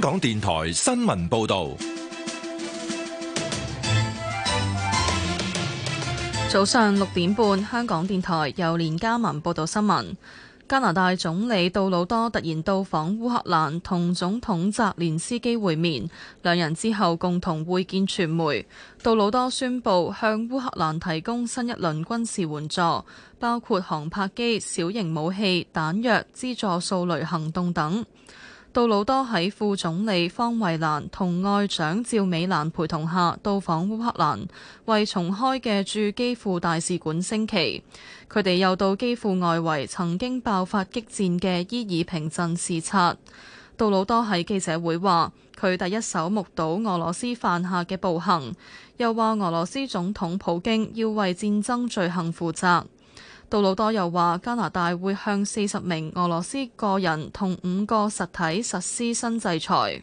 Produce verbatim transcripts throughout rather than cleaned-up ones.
港電台新聞報道。 早上六點半，香港電台由連家文報道新聞。加拿大總理杜魯多突然到訪烏克蘭，同總統澤連斯基會面，兩人之後共同會見傳媒。杜魯多宣布向烏克蘭提供新一輪軍事援助，包括航拍機、小型武器、彈藥、資助掃雷行動等。杜魯多喺副總理方慧蘭同外長趙美蘭陪同下到訪烏克蘭，為重開嘅駐基輔大使館升旗。佢哋又到基輔外圍曾經爆發激戰嘅伊爾平鎮視察。杜魯多喺記者會話，佢第一手目睹俄羅斯犯下嘅暴行，又話俄羅斯總統普京要為戰爭罪行負責。杜魯多又話，加拿大會向四十名俄羅斯個人同五個實體實施新制裁。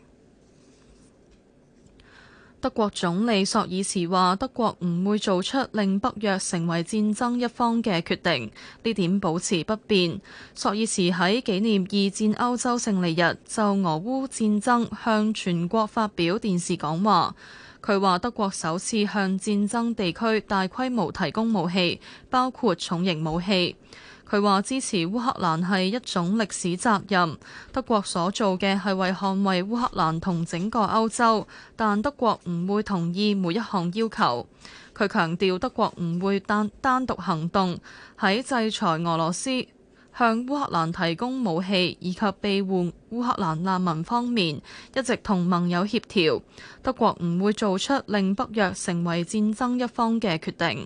德國總理朔爾茨話，德國唔會做出令北約成為戰爭一方嘅決定，呢點保持不變。朔爾茨喺紀念二戰歐洲勝利日就俄烏戰爭向全國發表電視講話。佢話德國首次向戰爭地區大規模提供武器，包括重型武器。佢話支持烏克蘭係一種歷史責任，德國所做嘅係為捍衛烏克蘭同整個歐洲，但德國唔會同意每一項要求。佢強調德國唔會單單獨行動，喺制裁俄羅斯、向烏克蘭提供武器以及庇護烏克蘭難民方面，一直同盟友協調。德國唔會做出令北約成為戰爭一方嘅決定。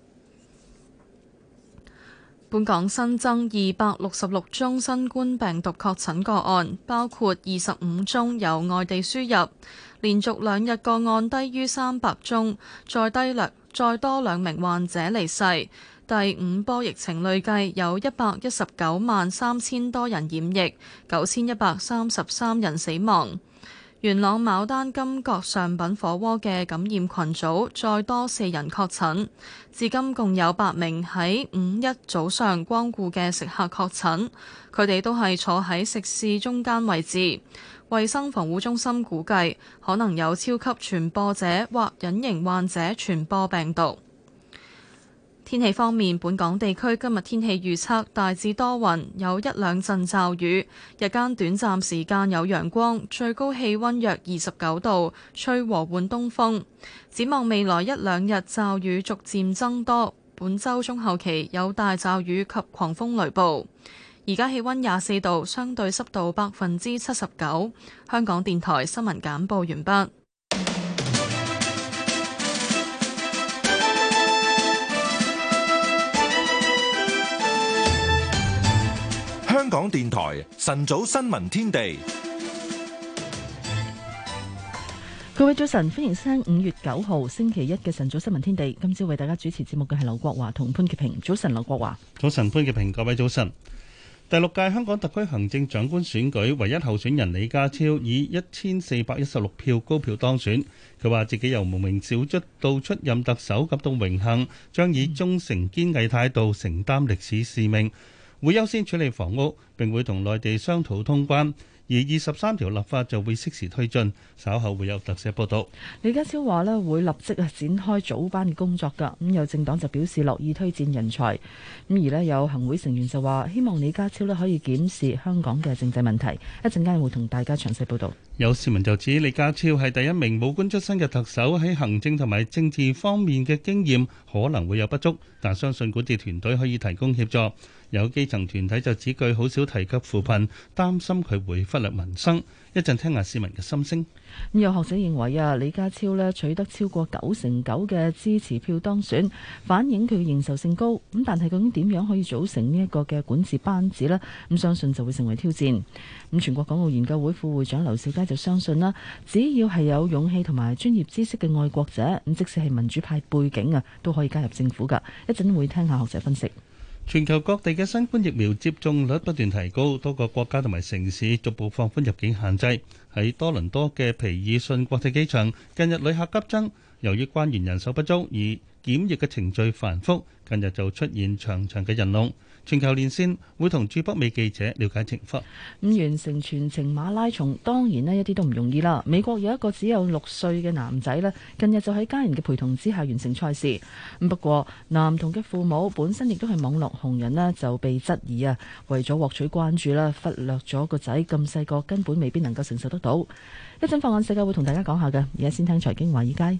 本港新增二百六十六宗新冠病毒確診個案，包括二十五宗由外地輸入，連續兩日個案低於三百宗，再低兩再多兩名患者離世。第五波疫情累計有一百一十九萬三千多人染疫，九千一百三十三人死亡。元朗牡丹金閣上品火鍋嘅感染群組再多四人確診，至今共有八名喺五一早上光顧嘅食客確診，佢哋都係坐喺食肆中間位置。衛生防護中心估計可能有超級傳播者或隱形患者傳播病毒。天氣方面，本港地區今日天氣預測大致多雲，有一兩陣驟雨，日間短暫時間有陽光，最高氣溫約二十九度，吹和緩東風。展望未來一兩日驟雨逐漸增多，本週中後期有大驟雨及狂風雷暴。而家氣溫廿四度，相對濕度百分之七十九。香港電台新聞簡報完畢。 香港電台晨早新聞天地， 各位早晨，歡迎收聽五月九號星期一嘅晨早新聞天地。今朝為大家主持節目嘅係劉國華同潘潔平。早晨，劉國華。 早晨，潘潔平。各位早晨。第六屆香港特區行政長官選舉唯一候選人李家超以一千四百一十六票高票當選。佢話自己由無名小卒到出任特首感到榮幸，將以忠誠堅毅態度承擔歷史使命。會優先處理房屋，並會同內地商討通關，而二十三條立法就會適時推進。稍後會有特寫報道。 李家超話咧會立即啊展開早班嘅工作㗎，咁有政黨就表示樂意推薦人才，咁而咧有行會成員就話希望李家超咧可以檢視香港嘅政制問題。一陣間會同大家詳細報道。 有市民就指李家超係第一名武官出身嘅特首，喺行政同埋政治方面嘅經驗可能會有不足，但相信管治團隊可以提供協助。有基層團體就指佢好少提及扶貧，擔心佢會忽略民生。一陣聽下市民嘅心聲。 咁有學者認為啊，李家超咧取得超過九成九嘅支持票當選，反映佢嘅認受性高。咁但係究竟點樣可以組成呢一個嘅管治班子呢？咁相信就會成為挑戰。咁全國港澳研究會副會長劉兆佳就相信啦，只要係有勇氣同埋專業知識嘅愛國者，咁即使係民主派背景啊，都可以加入政府㗎。一陣會聽下學者分析。 全球各地嘅新冠疫苗接種率不斷提高，多個國家同埋城市逐步放寬入境限制。喺多倫多嘅皮爾遜國際機場，近日旅客急增， 由於關員人手不足，而檢疫嘅程序繁複，近日就出現長長嘅人龍。全球連線會同駐北美記者了解情況。 咁完成全程馬拉松當然呢一啲都唔容易啦。美國有一個只有六歲嘅男仔呢，近日就喺家人嘅陪同之下完成賽事。咁不過男童嘅父母本身亦都係網絡紅人呢，就被質疑啊，為咗獲取關注啦，忽略咗個仔咁細個根本未必能夠承受得到。一陣放眼世界會同大家講下嘅，而家先聽財經華爾街。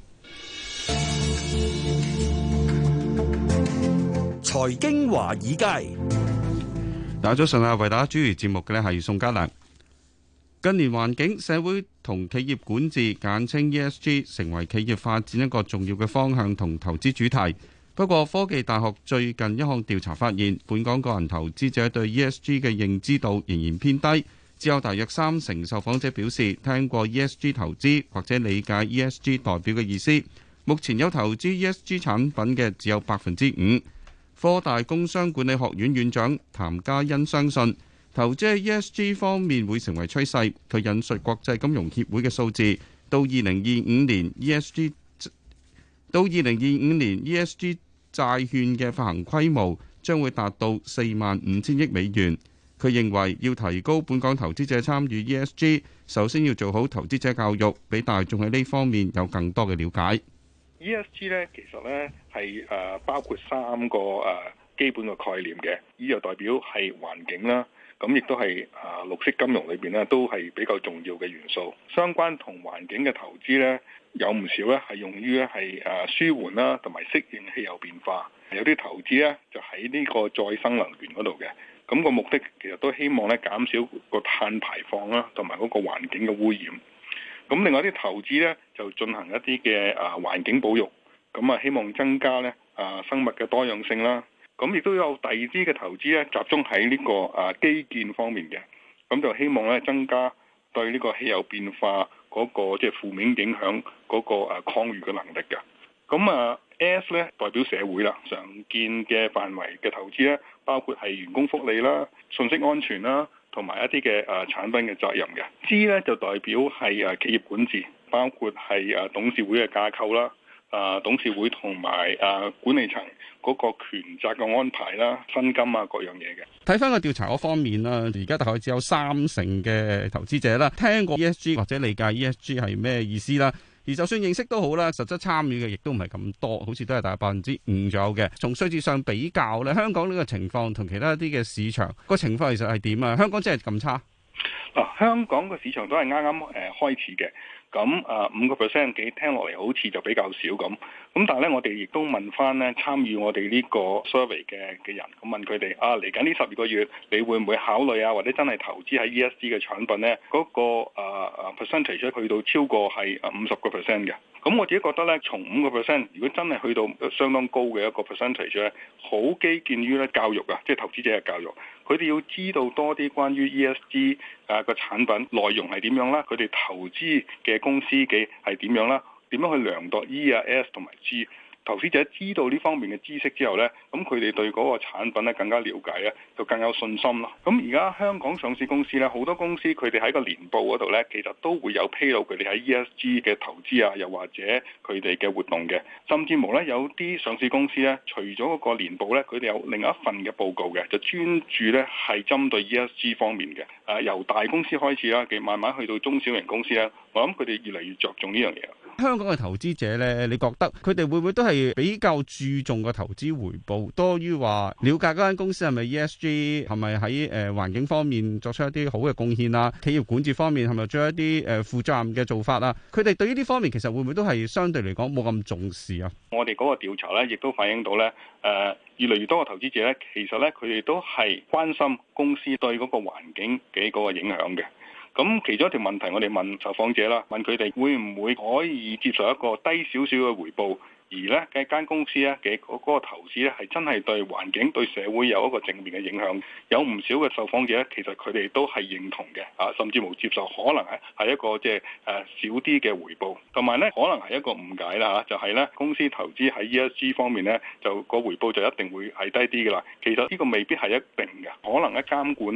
財經華爾街， 大家早晨啊！為大家主持節目嘅呢係宋嘉良。近年環境、社會同企業管治簡稱 E S G 成為企業發展一個重要嘅方向同投資主題。不過，科技大學最近一項調查發現，本港個人投資者對 E S G 嘅認知度仍然偏低，只有大約三成受訪者表示聽過 E S G 投資或者理解 E S G 代表嘅意思。目前有投資 E S G 產品嘅只有百分之五。科大工商管理學院院長譚嘉欣相信，投資喺 E S G 方面會成為趨勢。佢引述國際金融協會嘅數字，到二零二五年 E S G 到二零二五年 E S G 債券嘅發行規模將會達到四萬五千億美元。佢認為要提高本港投資者參與 E S G， 首先要做好投資者教育，俾大眾喺呢方面有更多嘅了解。 E S G 咧，其實咧係誒包括三個誒、呃、基本嘅概念嘅。E 就代表係環境啦，咁亦都係誒、呃、綠色金融裏邊咧都係比較重要嘅元素。相關同環境嘅投資咧，有唔少咧係用於咧係誒舒緩啦，同埋適應氣候變化。有啲投資咧就喺呢個再生能源嗰度嘅。咁、那個目的其實都希望咧減少個碳排放啦，同埋嗰個環境嘅污染。咁另外啲投資咧就進行一啲嘅啊環境保育，咁啊希望增加咧啊生物嘅多樣性啦。咁亦都有第二啲嘅投資咧集中喺呢個啊基建方面嘅，咁就希望咧增加對呢個氣候變化嗰個即係負面影響嗰個啊抗禦嘅能力嘅。咁啊 S 咧代表社會啦，常見嘅範圍嘅投資咧包括係員工福利啦、信息安全啦，同埋一啲嘅誒產品嘅責任嘅。G 咧就代表係誒企業管治，包括係誒董事會嘅架構啦、誒董事會同埋誒管理層嗰個權責嘅安排啦、薪金啊各樣嘢嘅。 睇翻個調查嗰方面啦，而家大概只有三成嘅投資者啦聽過 E S G 或者理解 E S G 係咩意思啦。而就算認識都好啦，實質參與嘅亦都唔係咁多，好似都係大概百分之五左右嘅。從數字上比較咧，香港呢個情況同其他一啲嘅市場個情況其實係點啊？香港真係咁差？ 嗱，香港個市場都係啱啱誒開始嘅。咁啊五個 percent 幾聽落嚟好似就比較少咁，咁但係咧我哋亦都問翻咧參與我哋呢個 survey 嘅嘅人，咁問佢哋啊嚟緊呢十二個月，你會唔會考慮啊或者真係投資喺 E S G 嘅產品咧？嗰、那個啊啊 percentage 去到超過係啊五十個 percent 嘅。咁我自己覺得咧，從五個 percent 如果真係去到相當高嘅一個 percentage 咧，好基建於咧教育啊，即係投資者嘅教育，佢哋要知道多啲關於 E S G 啊個產品內容係點樣啦，佢哋投資嘅公司嘅係點樣啦，點樣去量度 E 啊 S 同埋 G。投資者知道呢方面嘅知識之後呢，咁佢哋對嗰個產品咧更加了解咧，就更有信心咯。咁而家香港上市公司呢，好多公司佢哋喺個年報嗰度呢，其實都會有披露佢哋喺 E S G 嘅投資啊，又或者佢哋嘅活動嘅。甚至乎呢，有啲上市公司呢，除咗嗰個年報呢，佢哋有另一份嘅報告嘅，就專注呢係針對 E S G 方面嘅。誒，由大公司開始啦，嘅慢慢去到中小型公司呢，我諗佢哋越嚟越着重呢樣嘢。 香港嘅投資者呢，你覺得佢哋會唔會都係比較注重個投資回報，多於話了解嗰間公司係咪 E S G， 係咪喺誒環境方面作出一啲好嘅貢獻啊？企業管治方面係咪做一啲誒負責任嘅做法啊？佢哋對於呢方面其實會唔會都係相對嚟講冇咁重視啊？ 我哋嗰個調查呢，亦都反映到呢，誒、呃、越嚟越多嘅投資者呢，其實呢，佢哋都係關心公司對嗰個環境嘅嗰個影響嘅。咁其中一條問題，我哋問受訪者啦，問佢哋會唔會可以接受一個低少少嘅回報，而呢嘅間公司咧嘅嗰個投資咧係真係對環境對社會有一個正面嘅影響。有唔少嘅受訪者咧，其實佢哋都係認同嘅，啊，甚至乎接受可能係係一個即係誒少啲嘅回報，同埋咧可能係一個誤解啦嚇，就係咧公司投資喺 E S G 方面咧，就個回報就一定會係低啲㗎啦。其實呢個未必係一定嘅，可能喺監管啦，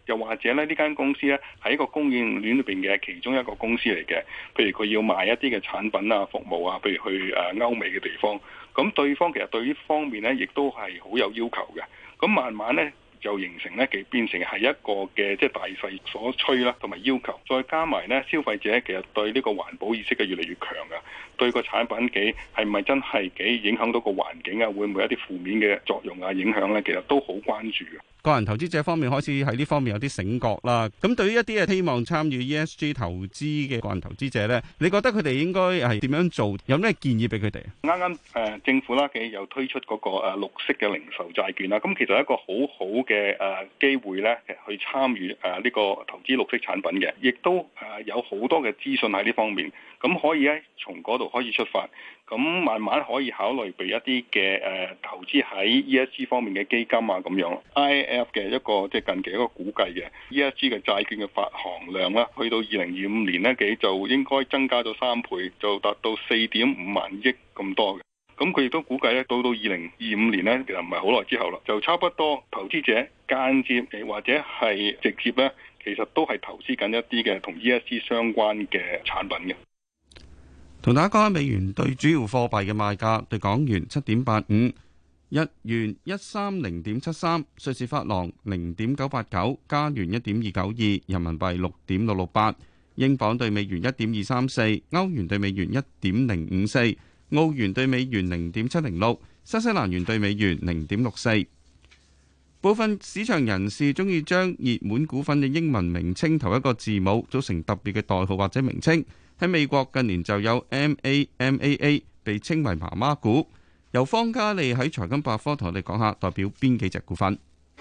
又或者咧呢間公司咧係一個供應鏈裏邊嘅其中一個公司嚟嘅，譬如佢要賣一啲嘅產品啊、服務啊，譬如去誒歐美嘅地方，咁對方其實對呢方面咧亦都係好有要求嘅，咁慢慢咧就形成咧，其變成係一個嘅即係大勢所趨啦，同埋要求，再加埋咧消費者其實對呢個環保意識嘅越嚟越強啊，對個產品幾係咪真係幾影響到個環境啊？會唔會有一啲負面嘅作用啊？影響咧，其實都好關注嘅。 個人投資者方面開始喺呢方面有啲醒覺啦。咁對於一啲嘅希望參與 E S G 投資嘅個人投資者咧，你覺得佢哋應該係點樣做？有咩建議俾佢哋？ 啱啱誒政府啦嘅又推出嗰個誒綠色嘅零售債券啦，咁其實係一個好好嘅誒機會咧，去參與誒呢個投資綠色產品嘅，亦都誒有好多嘅資訊喺呢方面，咁可以咧從嗰度開始出發。咁慢慢可以考慮俾一啲嘅誒投資喺 E S G 方面嘅基金啊咁樣 I F 嘅一個即係近期一個估計嘅 E S G 嘅債券嘅發行量啦，去到二零二五年呢幾就應該增加咗三倍，就達到四點五萬億咁多嘅。咁佢亦都估計咧，到到二零二五年呢，其實唔係好耐之後啦，就差不多投資者間接或者係直接咧，其實都係投資緊一啲嘅同 E S G 相關嘅產品嘅。 同大家講下美元對主要貨幣嘅賣價：對港元七點八五，日元一三零點七三，瑞士法郎零點九八九，加元一點二九二，人民幣六點六六八，英鎊對美元一點二三四，歐元對美元一點零五四，澳元對美元零點七零六，新西蘭元對美元零點六四。部分市場人士中意將熱門股份嘅英文名稱頭一個字母組成特別嘅代號或者名稱。喺美國近年就有 M A M A A 被稱為媽媽股，由方嘉利喺財金百科同我哋講下代表邊幾隻股份。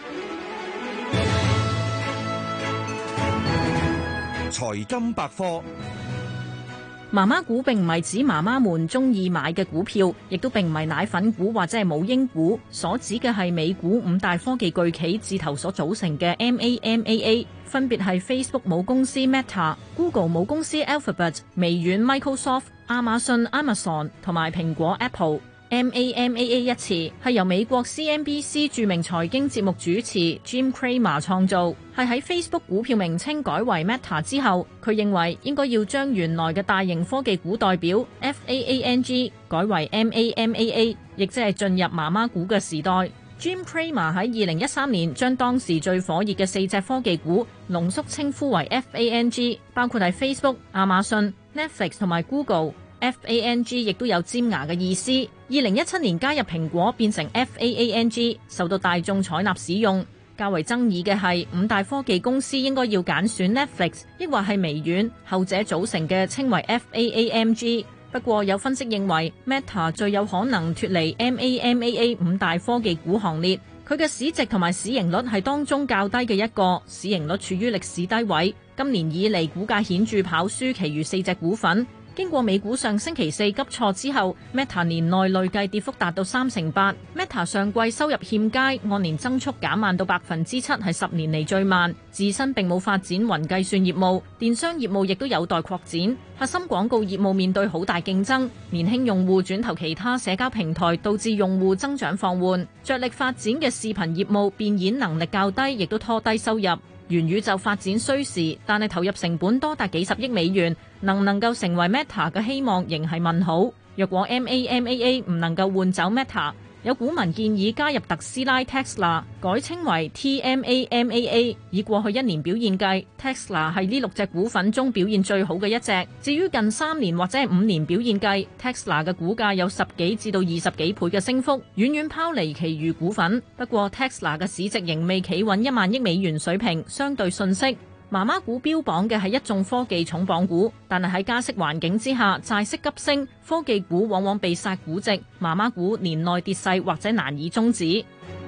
財金百科。 媽媽股並唔係指媽媽們中意買嘅股票，亦都並唔係奶粉股或者係母嬰股，所指嘅係美股五大科技巨企字頭所組成嘅 M A M A A， 分別係 Facebook 母公司 Meta、Google 母公司 Alphabet、微軟 Microsoft、亞馬遜 Amazon 同埋蘋果 Apple。M A M A A 一詞係由美國 C N B C 著名財經節目主持 Jim Cramer 創造，係喺 Facebook 股票名稱改為 Meta 之後，佢認為應該要將原來嘅大型科技股代表 F A A N G 改為 M A M A A， 亦即係進入媽媽股嘅時代。Jim Cramer 喺二零一三年將當時最火熱嘅四隻科技股濃縮稱呼為 F A N G， 包括係 Facebook、亞馬遜、Netflix 同埋 Google。F A N G 亦都有尖牙嘅意思。二零一七年加入蘋果變成 F A A N G， 受到大眾採納使用。較為爭議嘅係五大科技公司應該要揀選 Netflix， 抑或係微軟，後者組成嘅稱為 F A A M G。不過有分析認為 Meta 最有可能脫離 M A M A A 五大科技股行列，佢嘅市值同埋市盈率係當中較低嘅一個，市盈率處於歷史低位。今年以嚟股價顯著跑輸其餘四隻股份。經過美股上星期四急挫之後 ，Meta 年內累計跌幅達到三成八。Meta 上季收入欠佳，按年增速減慢到百分之七，係十年嚟最慢。自身並冇發展雲計算業務，電商業務亦都有待擴展。核心廣告業務面對好大競爭，年輕用戶轉投其他社交平台，導致用戶增長放緩。着力發展嘅視頻業務變現能力較低，亦都拖低收入。元宇宙發展需時，但係投入成本多達幾十億美元，能唔能夠成為 Meta 嘅希望仍係問號。若果 M A M A A 唔能夠換走 Meta， 有股民建議加入特斯拉 Tesla， 改稱為 T M A M A A。以過去一年表現計 ，Tesla 係呢六隻股份中表現最好嘅一隻。至於近三年或者係五年表現計 ，Tesla 嘅股價有十幾至到二十幾倍嘅升幅，遠遠拋離其餘股份。不過 Tesla 嘅市值仍未企穩一萬億美元水平，相對遜色。媽媽股標榜嘅係一眾科技重磅股，但係喺加息環境之下，債息急升，科技股往往被殺估值，媽媽股年內跌勢或者難以終止。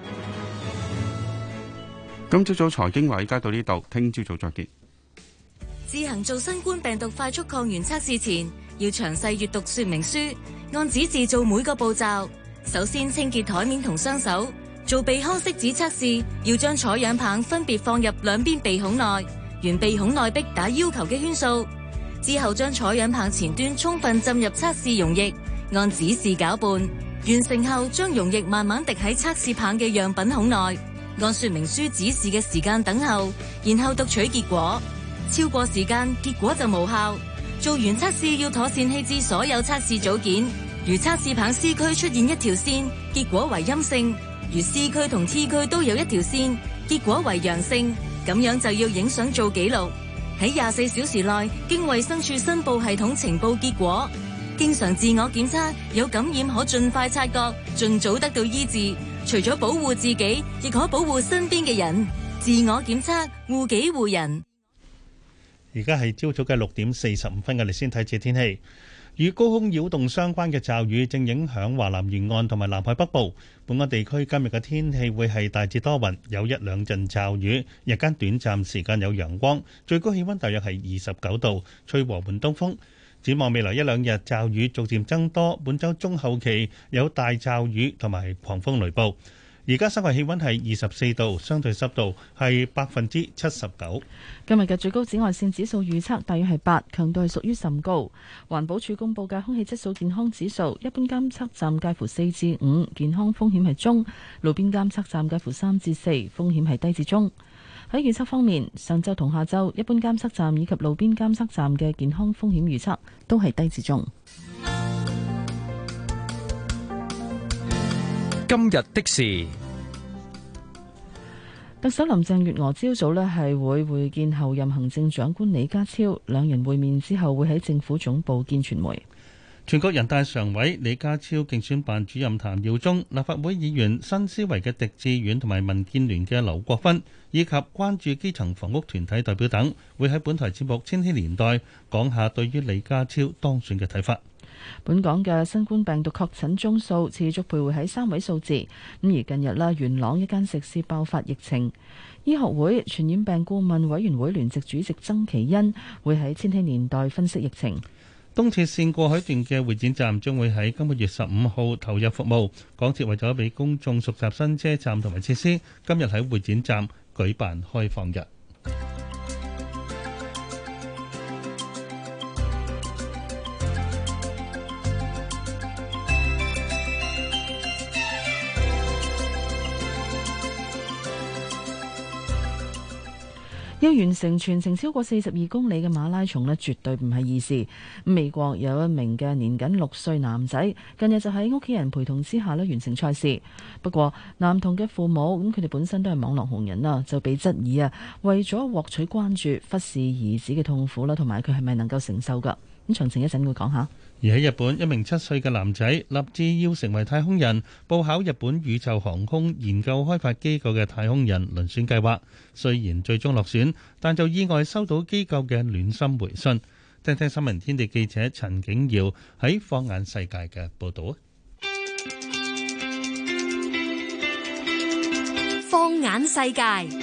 今朝早財經華爾街到呢度，聽朝早再見。 自行做新冠病毒快速抗原測試前，要詳細閱讀說明書，按指示做每個步驟。首先清潔台面同雙手，做鼻腔拭子測試，要將採樣棒分別放入兩邊鼻孔內。沿鼻孔內壁打要求嘅圈數，之後將採樣棒前端充分浸入測試溶液，按指示攪拌。完成後，將溶液慢慢滴喺測試棒嘅樣品孔內。 按說明書指示嘅時間等候，然後讀取結果。超過時間，結果就無效。做完測試要妥善棄置所有測試組件。如測試棒 C 區出現一條線，結果為陰性；如 C 區同 T 區都有一條線，結果為陽性。咁樣就要影相做記錄，喺廿四小時內經衛生署申報系統呈報結果。經常自我檢測，有感染可盡快察覺，盡早得到醫治。除咗保護自己，亦可保護身邊嘅人。自我檢測，護己護人。 而家係朝早嘅六點四十五分，我哋先睇次天氣。與高空擾動相關嘅驟雨正影響華南沿岸同埋南海北部。本港地區今日嘅天氣會係大致多雲，有一兩陣驟雨，日間短暫時間有陽光，最高氣溫大約係二十九度，吹和緩東風。展望未來一兩日驟雨逐漸增多，本週中後期有大驟雨同埋狂風雷暴。而家室外氣溫係二十四度，相對濕度係百分之七十九。 今日嘅最高紫外線指數預測大約係八，強度係屬於甚高。環保署公布嘅空氣質素健康指數，一般監測站介乎四至五，健康風險係中；路邊監測站介乎三至四，風險係低至中。喺預測方面，上晝同下晝一般監測站以及路邊監測站嘅健康風險預測都係低至中。 今日的事， 特首林鄭月娥朝早呢係會會見候任行政長官李家超，兩人會面之後會喺政府總部見傳媒。 全國人大常委李家超競選辦主任譚耀宗、立法會議員新思維嘅狄志遠同埋民建聯嘅劉國勳，以及關注基層房屋團體代表等，會喺本台節目《千禧年代》講下對於李家超當選嘅睇法。 本港嘅新冠病毒確診宗數持續徘徊喺三位數字，咁而近日啦，元朗一間食肆爆發疫情，醫學會傳染病顧問委員會聯席主席曾祈殷會喺千禧年代分析疫情。 東鐵綫過海段嘅會展站將會喺今個月十五號投入服務，港鐵為咗俾公眾熟習新車站同埋設施，今日喺會展站舉辦開放日。 要完成全程超過四十二公里嘅馬拉松呢，絕對唔係易事。美國有一名嘅年僅六歲男仔，近日就喺屋企人陪同之下呢完成賽事。不過男童嘅父母咁，佢哋本身都係網絡紅人啦，就被質疑啊，為咗獲取關注，忽視兒子嘅痛苦啦，同埋佢係咪能夠承受㗎？咁詳情一陣會講下。 而喺日本，一名七歲嘅男仔立志要成為太空人，報考日本宇宙航空研究開發機構嘅太空人遴選計劃。雖然最終落選，但就意外收到機構嘅暖心回信。聽聽新聞天地記者陳景耀喺放眼世界嘅報導啊！ 放眼世界。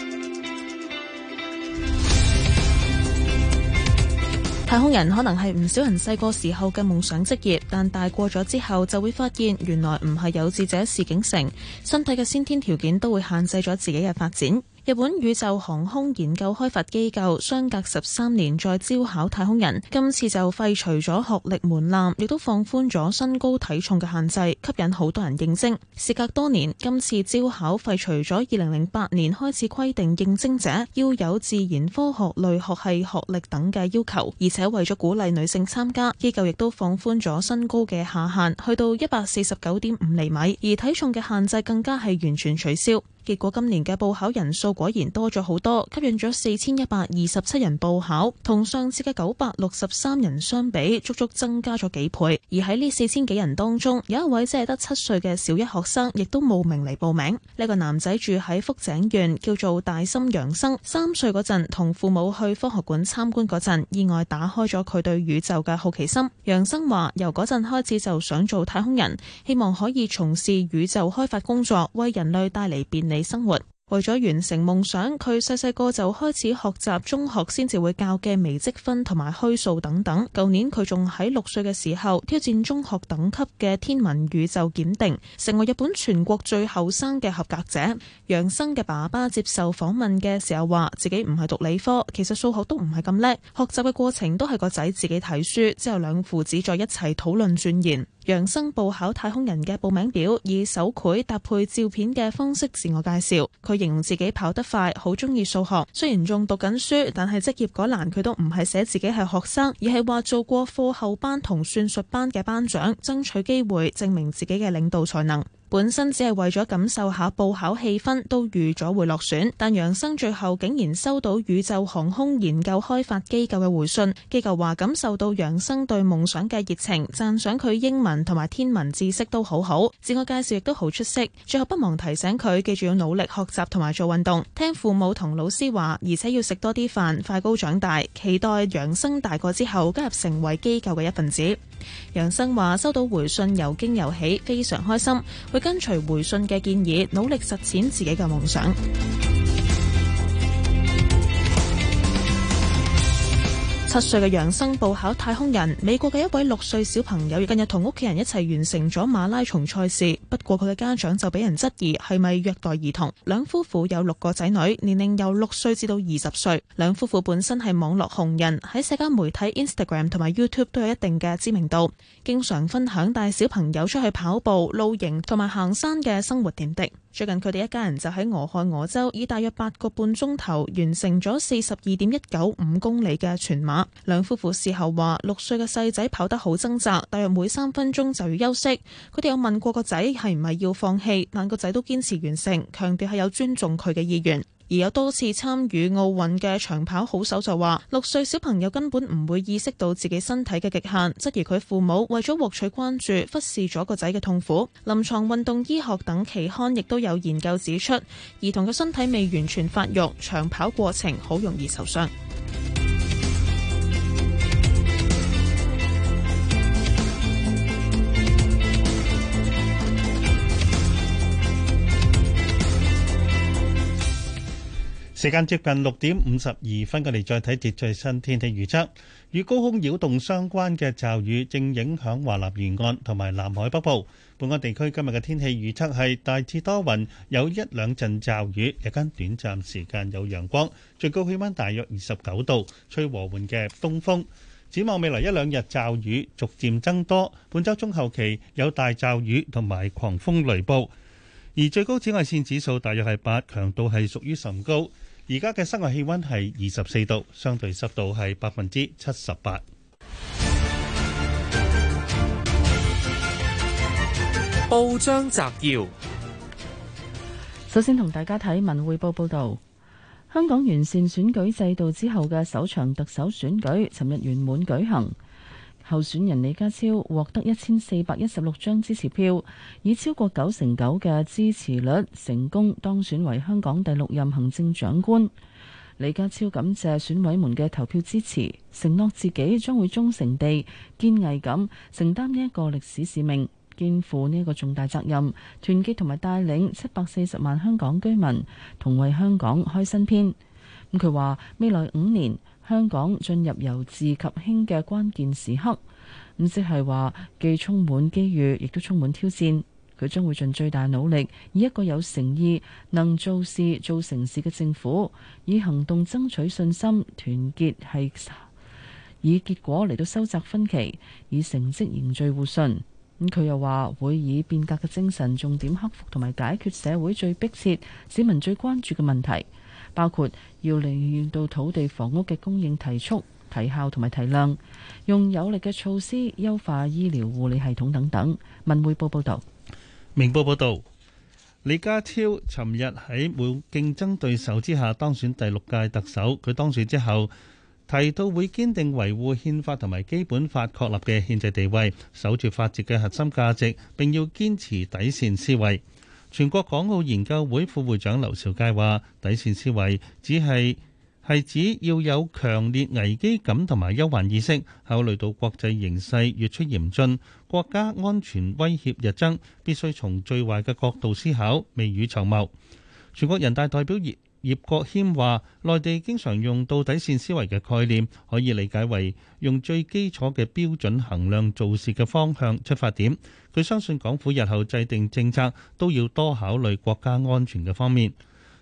太空人可能係唔少人細個時候嘅夢想職業，但大過咗之後就會發現，原來唔係有志者事竟成，身體嘅先天條件都會限制咗自己嘅發展。日本宇宙航空研究開發機構相隔十三年再招考太空人，今次就廢除咗學歷門檻，亦都放寬咗身高體重嘅限制，吸引好多人應徵。事隔多年，今次招考廢除咗二零零八年開始規定應徵者要有自然科學類學系學歷等嘅要求，而且為咗鼓勵女性參加，機構亦都放寬咗身高嘅下限，去到一百四十九點五厘米，而體重嘅限制更加係完全取消。結果今年嘅報考人數果然多咗好多，吸引咗四千一百二十七人報考，同上次嘅九百六十三人相比，足足增加咗幾倍。而喺呢四千幾人當中，有一位只係得七歲嘅小一學生，亦都慕名嚟報名。呢個男仔住喺福井縣，叫做大森洋生。三歲嗰陣同父母去科學館參觀嗰陣，意外打開咗佢對宇宙嘅好奇心。洋生話：由嗰陣開始就想做太空人，希望可以從事宇宙開發工作，為人類帶嚟便利生活。為咗完成夢想，佢細細個就開始學習中學先至會教嘅微積分同埋虛數等等。舊年佢仲喺六歲嘅時候挑戰中學等級嘅天文宇宙檢定，成為日本全國最後生嘅合格者。楊生嘅爸爸接受訪問嘅時候話，自己唔係讀理科，其實數學都唔係咁叻，學習嘅過程都係個仔自己睇書，之後兩父子再一齊討論鑽研。 楊生報考太空人嘅報名表，以手繪搭配照片嘅方式自我介紹。佢形容自己跑得快，好中意數學。雖然仲讀緊書，但係職業嗰欄佢都唔係寫自己係學生，而係話做過課後班同算術班嘅班長，爭取機會證明自己嘅領導才能。本身只係為咗感受下報考氣氛，都預咗會落選，但楊生最後竟然收到宇宙航空研究開發機構嘅回信，機構話感受到楊生對夢想嘅熱情，讚賞佢英文同埋天文知識都好好，自我介紹亦都好出色。最後不忘提醒佢記住要努力學習同埋做運動，聽父母同老師話，而且要食多啲飯，快高長大。期待楊生大個之後加入成為機構嘅一份子。楊生話收到回信又驚又喜，非常開心，會跟隨回信嘅建議，努力實踐自己嘅夢想。七歲嘅楊生報考太空人，美國嘅一位六歲小朋友近日同屋企人一齊完成咗馬拉松賽事，不過佢嘅家長就俾人質疑係咪虐待兒童。兩夫婦有六個仔女，年齡由六歲至到二十歲。兩夫婦本身係網絡紅人，喺社交媒體 Instagram 同埋 YouTube 都有一定嘅知名度，經常分享帶小朋友出去跑步、露營同埋行山嘅生活點滴。最近佢哋一家人就喺俄亥俄州以大約八個半鐘頭完成咗四十二點一九五公里嘅全馬。兩夫婦事後話，六歲嘅細仔跑得好掙扎，大約每三分鐘就要休息。佢哋有問過個仔係唔係要放棄，但個仔都堅持完成，強調係有尊重佢嘅意願。而有多次參與奧運嘅長跑好手就話，六歲小朋友根本唔會意識到自己身體嘅極限，質疑佢父母為咗獲取關注，忽視咗個仔嘅痛苦。臨床運動醫學等期刊亦都有研究指出，兒童嘅身體未完全發育，長跑過程好容易受傷。 時間接近六點五十二分，我哋再睇節最新天氣預測。與高空擾動相關嘅驟雨正影響華南沿岸同埋南海北部。本港地區今日嘅天氣預測係大致多雲，有一兩陣驟雨，日間短暫時間有陽光，最高氣溫大約二十九度，吹和緩嘅東風。展望未來一兩日驟雨逐漸增多，本週中後期有大驟雨同埋狂風雷暴，而最高紫外線指數大約係八，強度係屬於甚高。而家嘅室外氣溫係二十四度，相對濕度係百分之七十八。 報章摘要， 首先同大家睇文匯報報道，香港完善選舉制度之後嘅首場特首選舉，尋日圓滿舉行。候選人李家超獲得一千四百一十六張支持票，以超過九成九嘅支持率成功當選為香港第六任行政長官。李家超感謝選委們嘅投票支持，承諾自己將會忠誠地、堅毅咁承擔呢一個歷史使命，肩負呢一個重大責任，團結同埋帶領七百四十萬香港居民，同為香港開新篇。咁佢話未來五年，香港進入由治及興嘅關鍵時刻，咁即係話既充滿機遇，亦都充滿挑戰。佢將會盡最大努力，以一個有誠意、能做事、做成事嘅政府，以行動爭取信心，團結係以結果嚟到收窄分歧，以成績凝聚互信。咁佢又話會以變革嘅精神，重點克服同埋解決社會最迫切、市民最關注嘅問題。包括要令到土地房屋嘅供應提速、提效同埋提量，用有力嘅措施優化醫療護理系統等等。文匯報報道。 明報報道，李家超尋日喺冇競爭對手之下當選第六屆特首。佢當選之後提到會堅定維護憲法同埋基本法確立嘅憲制地位，守住法治嘅核心價值，並要堅持底線思維。全國港澳研究會副會長劉兆佳話：底線思維只係係指要有強烈危機感同埋憂患意識，考慮到國際形勢越趨嚴峻，國家安全威脅日增，必須從最壞嘅角度思考，未雨綢繆。全國人大代表葉葉國謙話：內地經常用到底線思維嘅概念，可以理解為用最基礎嘅標準衡量做事嘅方向出發點。佢相信港府日後制定政策都要多考慮國家安全嘅方面。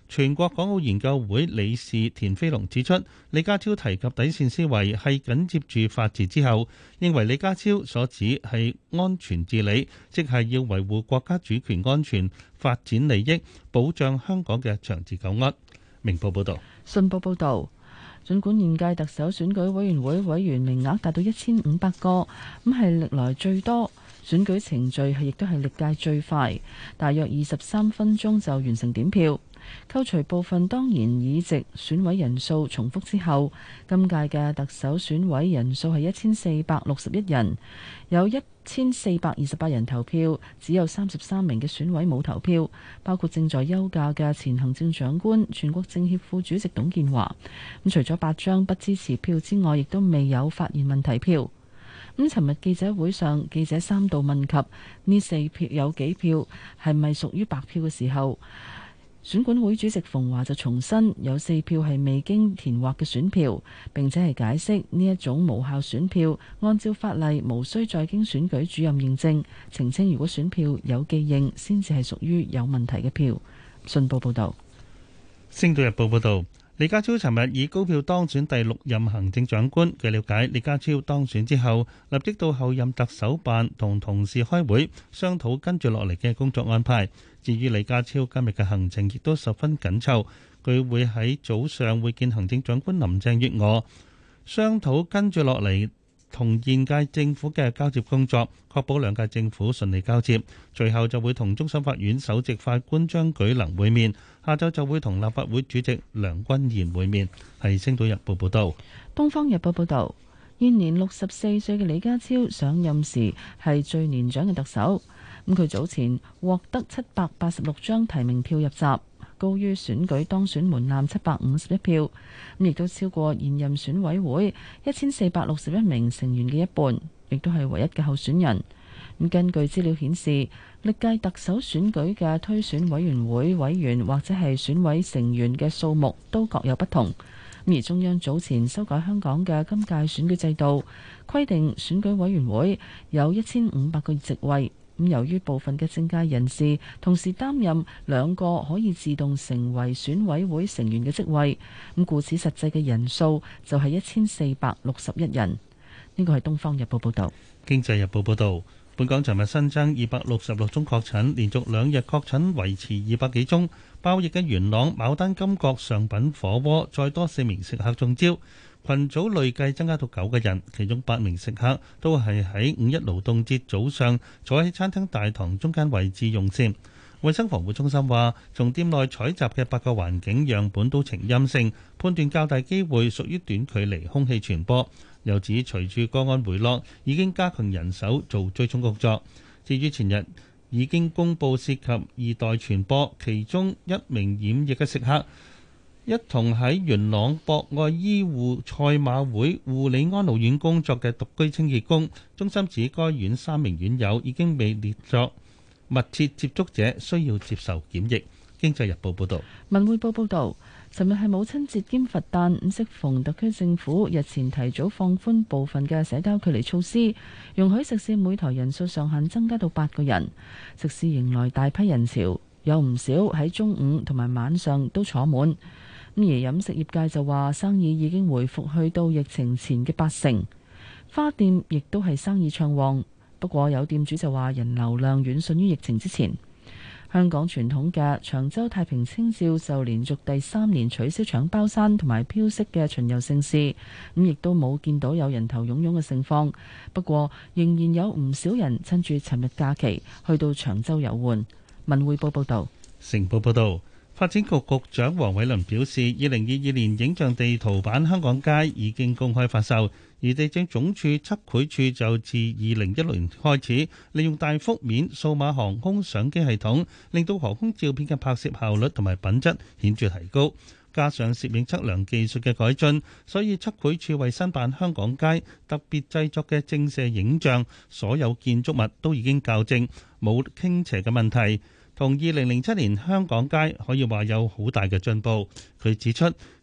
全國港澳研究會理事田飛龍指出，李家超提及底線思維係緊接住法治之後，認為李家超所指係安全治理，即係要維護國家主權安全、發展利益，保障香港嘅長治久安。明報報道。 信報報導。儘管現屆特首選舉委員會委員名額達到一千五百個，咁係歷來最多，選舉程序係亦都係歷屆最快，大約二十三分鐘就完成點票。扣除部分當然議席選委人數重複之後，今屆嘅特首選委人數係一千四百六十一人，有一千四百二十八人投票，只有三十三名嘅選委冇投票，包括正在休假嘅前行政長官、全國政協副主席董建華。咁除咗八張不支持票之外，亦都未有發現問題票。咁尋日記者會上，記者三度問及呢四票有幾票係咪屬於白票嘅時候，選管會主席馮華就重申有四票係未經填劃嘅選票，並且係解釋呢一種無效選票按照法例無需再經選舉主任認證，澄清如果選票有記認先至係屬於有問題嘅票。信報報道。 星島日報報道，李家超尋日以高票當選第六任行政長官。據了解，李家超當選之後立即到候任特首辦同同事開會商討跟住落嚟嘅工作安排。至於李家超今日嘅行程亦都十分緊湊，佢會喺早上會見行政長官林鄭月娥，商討跟住落嚟同現屆政府嘅交接工作，確保兩屆政府順利交接。隨後就會同終審法院首席法官張舉能會面，下晝就會同立法會主席梁君彥會面。係《星島日報》報道。 《東方日報》報道，現年六十四歲嘅李家超上任時係最年長嘅特首。咁佢早前獲得七百八十六張提名票入閘，高於選舉當選門檻七百五十一票，咁亦都超過現任選委會一千四百六十一名成員嘅一半，亦都係唯一嘅候選人。咁根據資料顯示，歷屆特首選舉嘅推選委員會委員或者係選委成員嘅數目都各有不同。而中央早前修改香港嘅今屆選舉制度，規定選舉委員會有一千五百個席位。咁由於部分嘅政界人士同時擔任兩個可以自動成為選委會成員嘅職位，咁故此實際嘅人數就係一千四百六十一人。呢個係《東方日報》報導。《 經濟日報》報導，本港尋日新增二百六十六宗確診，連續兩日確診維持二百幾宗。爆疫嘅元朗牡丹金閣上品火鍋再多四名食客中招，群組累計增加到九個人，其中八名食客都係喺五一勞動節早上坐喺餐廳大堂中間位置用膳。衛生防護中心話，從店內採集嘅八個環境樣本都呈陰性，判斷較大機會屬於短距離空氣傳播。又指隨住個案回落，已經加強人手做追蹤工作。至於前日已經公布涉及二代傳播，其中一名染疫嘅食客一同喺元朗博愛醫護賽馬會護理安老院工作嘅獨居清潔工，中心指該院三名院友已經被列作密切接觸者，需要接受檢疫。經濟日報報道。 文匯報報道，尋日係母親節兼佛誕，咁適逢特區政府日前提早放寬部分嘅社交距離措施，容許食肆每台人數上限增加到八個人，食肆迎來大批人潮，有唔少喺中午同埋晚上都坐滿。咁而飲食業界就話生意已經回復去到疫情前嘅八成，花店亦都係生意暢旺。不過有店主就話人流量遠遜於疫情之前。香港傳統嘅長洲太平清醮就連續第三年取消搶包山同埋飄色嘅巡遊盛事，咁亦都冇見到有人頭湧湧嘅盛況。不過仍然有唔少人趁住尋日假期去到長洲遊玩。文匯報報道。 成報報導。發展局局長黃偉綸表示，二零二二年影像地圖版香港街已經公開發售，而地政總署測繪處就自二零一六年開始，利用大幅面數碼航空相機系統，令到航空照片嘅拍攝效率同埋品質顯著提高。加上攝影測量技術嘅改進，所以測繪處為新版香港街特別製作嘅正射影像，所有建築物都已經校正，冇傾斜嘅問題。同二零零七年香港街可以話有好大嘅進步。佢指出，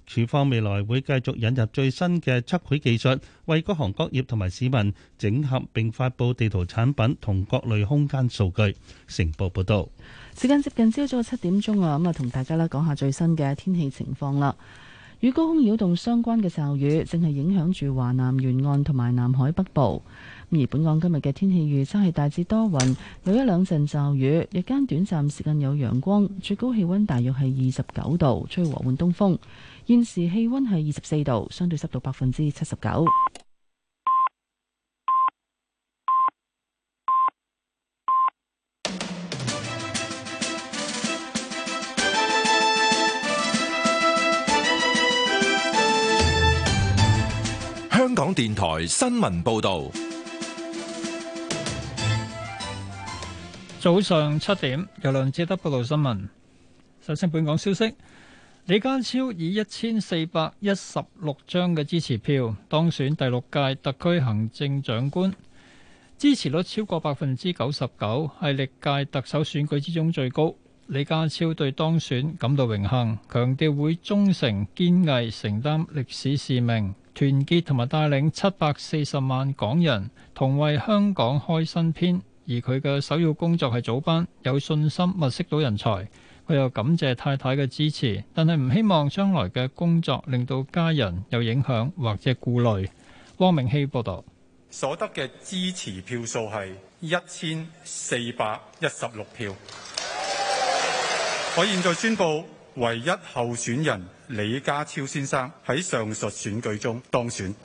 署方未來會繼續引入最新嘅測繪技術，為各行各業同埋市民整合並發布地圖產品同各類空間數據。成報報道。 時間接近朝早七點鐘啊，咁啊同大家咧講下最新嘅天氣情況啦。與高空擾動相關嘅驟雨正係影響住華南沿岸同埋南海北部。而本港今日嘅天氣預測係大致多雲，有一兩陣驟雨，日間短暫時間有陽光，最高氣溫大約係二十九度，吹和緩東風。現時氣溫係二十四度，相對濕度百分之七十九。 香港電台新聞報道。 早上七點，由梁志德報道新聞。首先，本港消息：李家超以一千四百一十六張嘅支持票當選第六屆特區行政長官，支持率超過百分之九十九，係歷屆特首選舉之中最高。李家超對當選感到榮幸，強調會忠誠堅毅承擔歷史使命，團結同埋帶領七百四十萬港人同為香港開新篇。而佢嘅首要工作係組班，有信心物色到人才。佢又感謝太太嘅支持，但係唔希望將來嘅工作令到家人有影響或者顧慮。汪明希報導。 所得嘅支持票數係一千四百一十六票。我現在宣布，唯一候選人李家超先生喺上述選舉中當選。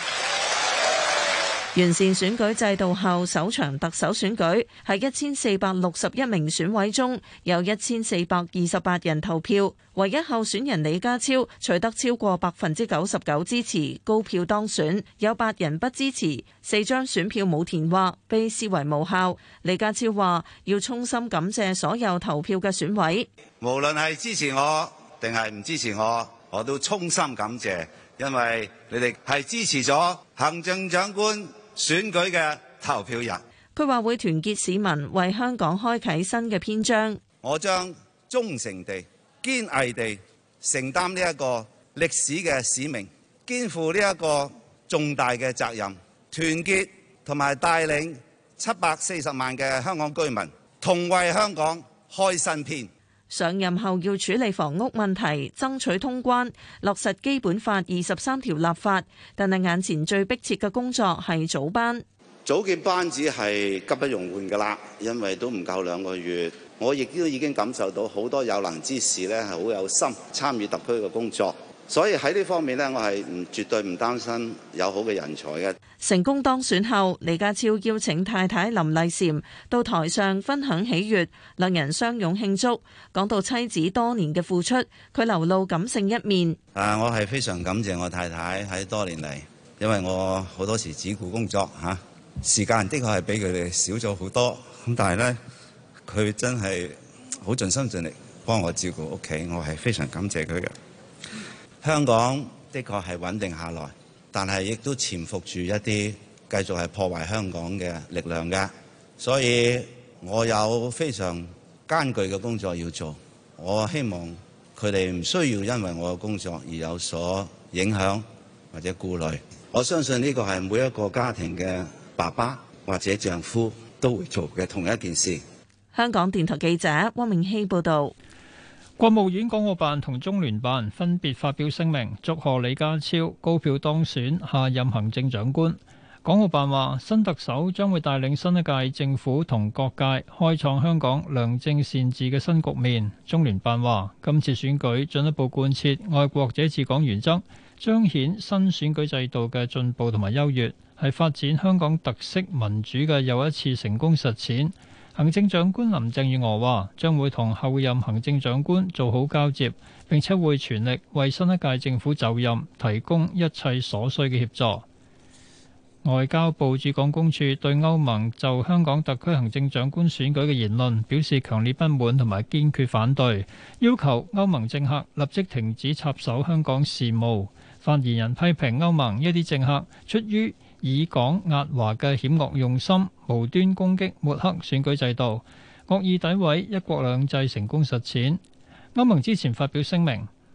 完善選舉制度後，首場特首選舉喺一千四百六十一名選委中，有一千四百二十八人投票，唯一候選人李家超取得超過百分之九十九支持，高票當選。有八人不支持，四張選票冇填劃，被視為無效。李家超話要衷心感謝所有投票嘅選委， 無論係支持我定係唔支持我，我都衷心感謝，因為你哋係支持咗行政長官選舉嘅投票人。 佢話會團結市民，為香港開啟新嘅篇章。 我將忠誠地、堅毅地承擔呢一個歷史嘅使命，肩負呢一個重大嘅責任，團結同埋帶領七百四十萬嘅香港居民，同為香港開新篇。 上任後要處理房屋問題，爭取通關，落實基本法二十三條立法，但係眼前最迫切嘅工作係組班。 組建班子係急不容緩㗎啦，因為都唔夠兩個月。我亦都已經感受到好多有能之士呢係好有心參與特區嘅工作，所以喺呢方面呢，我係唔絕對唔擔心有好嘅人才嘅。 成功當選後，李家超邀請太太林麗嬋到台上分享喜悅，兩人相擁慶祝。講到妻子多年嘅付出，佢流露感性一面。 啊，我係非常感謝我太太喺多年嚟，因為我好多時只顧工作嚇，時間的確係比佢哋少咗好多。咁但係呢，佢真係好盡心盡力幫我照顧屋企，我係非常感謝佢嘅。香港的確係穩定下來，但係亦都潛伏住一啲繼續係破壞香港嘅力量嘅，所以我有非常艱巨嘅工作要做。我希望佢哋唔需要因為我嘅工作而有所影響或者顧慮。我相信呢個係每一個家庭嘅爸爸或者丈夫都會做嘅同一件事。 香港電台記者汪明希報導。 國務院港澳辦同中聯辦分別發表聲明，祝賀李家超高票當選下任行政長官。港澳辦話，新特首將會帶領新一屆政府同各界開創香港良政善治嘅新局面。中聯辦話，今次選舉進一步貫徹愛國者治港原則，彰顯新選舉制度嘅進步同埋優越，係發展香港特色民主嘅又一次成功實踐。行政長官林鄭月娥話，將會同後任行政長官做好交接，並且會全力為新一屆政府就任提供一切所需嘅協助。外交部駐港公署對歐盟就香港特區行政長官選舉嘅言論表示強烈不滿同埋堅決反對，要求歐盟政客立即停止插手香港事務。發言人批評歐盟一啲政客出於以港壓華嘅險惡用心，無端攻擊抹黑選舉制度，惡意詆毀一國兩制成功實踐。歐盟之前發表聲明，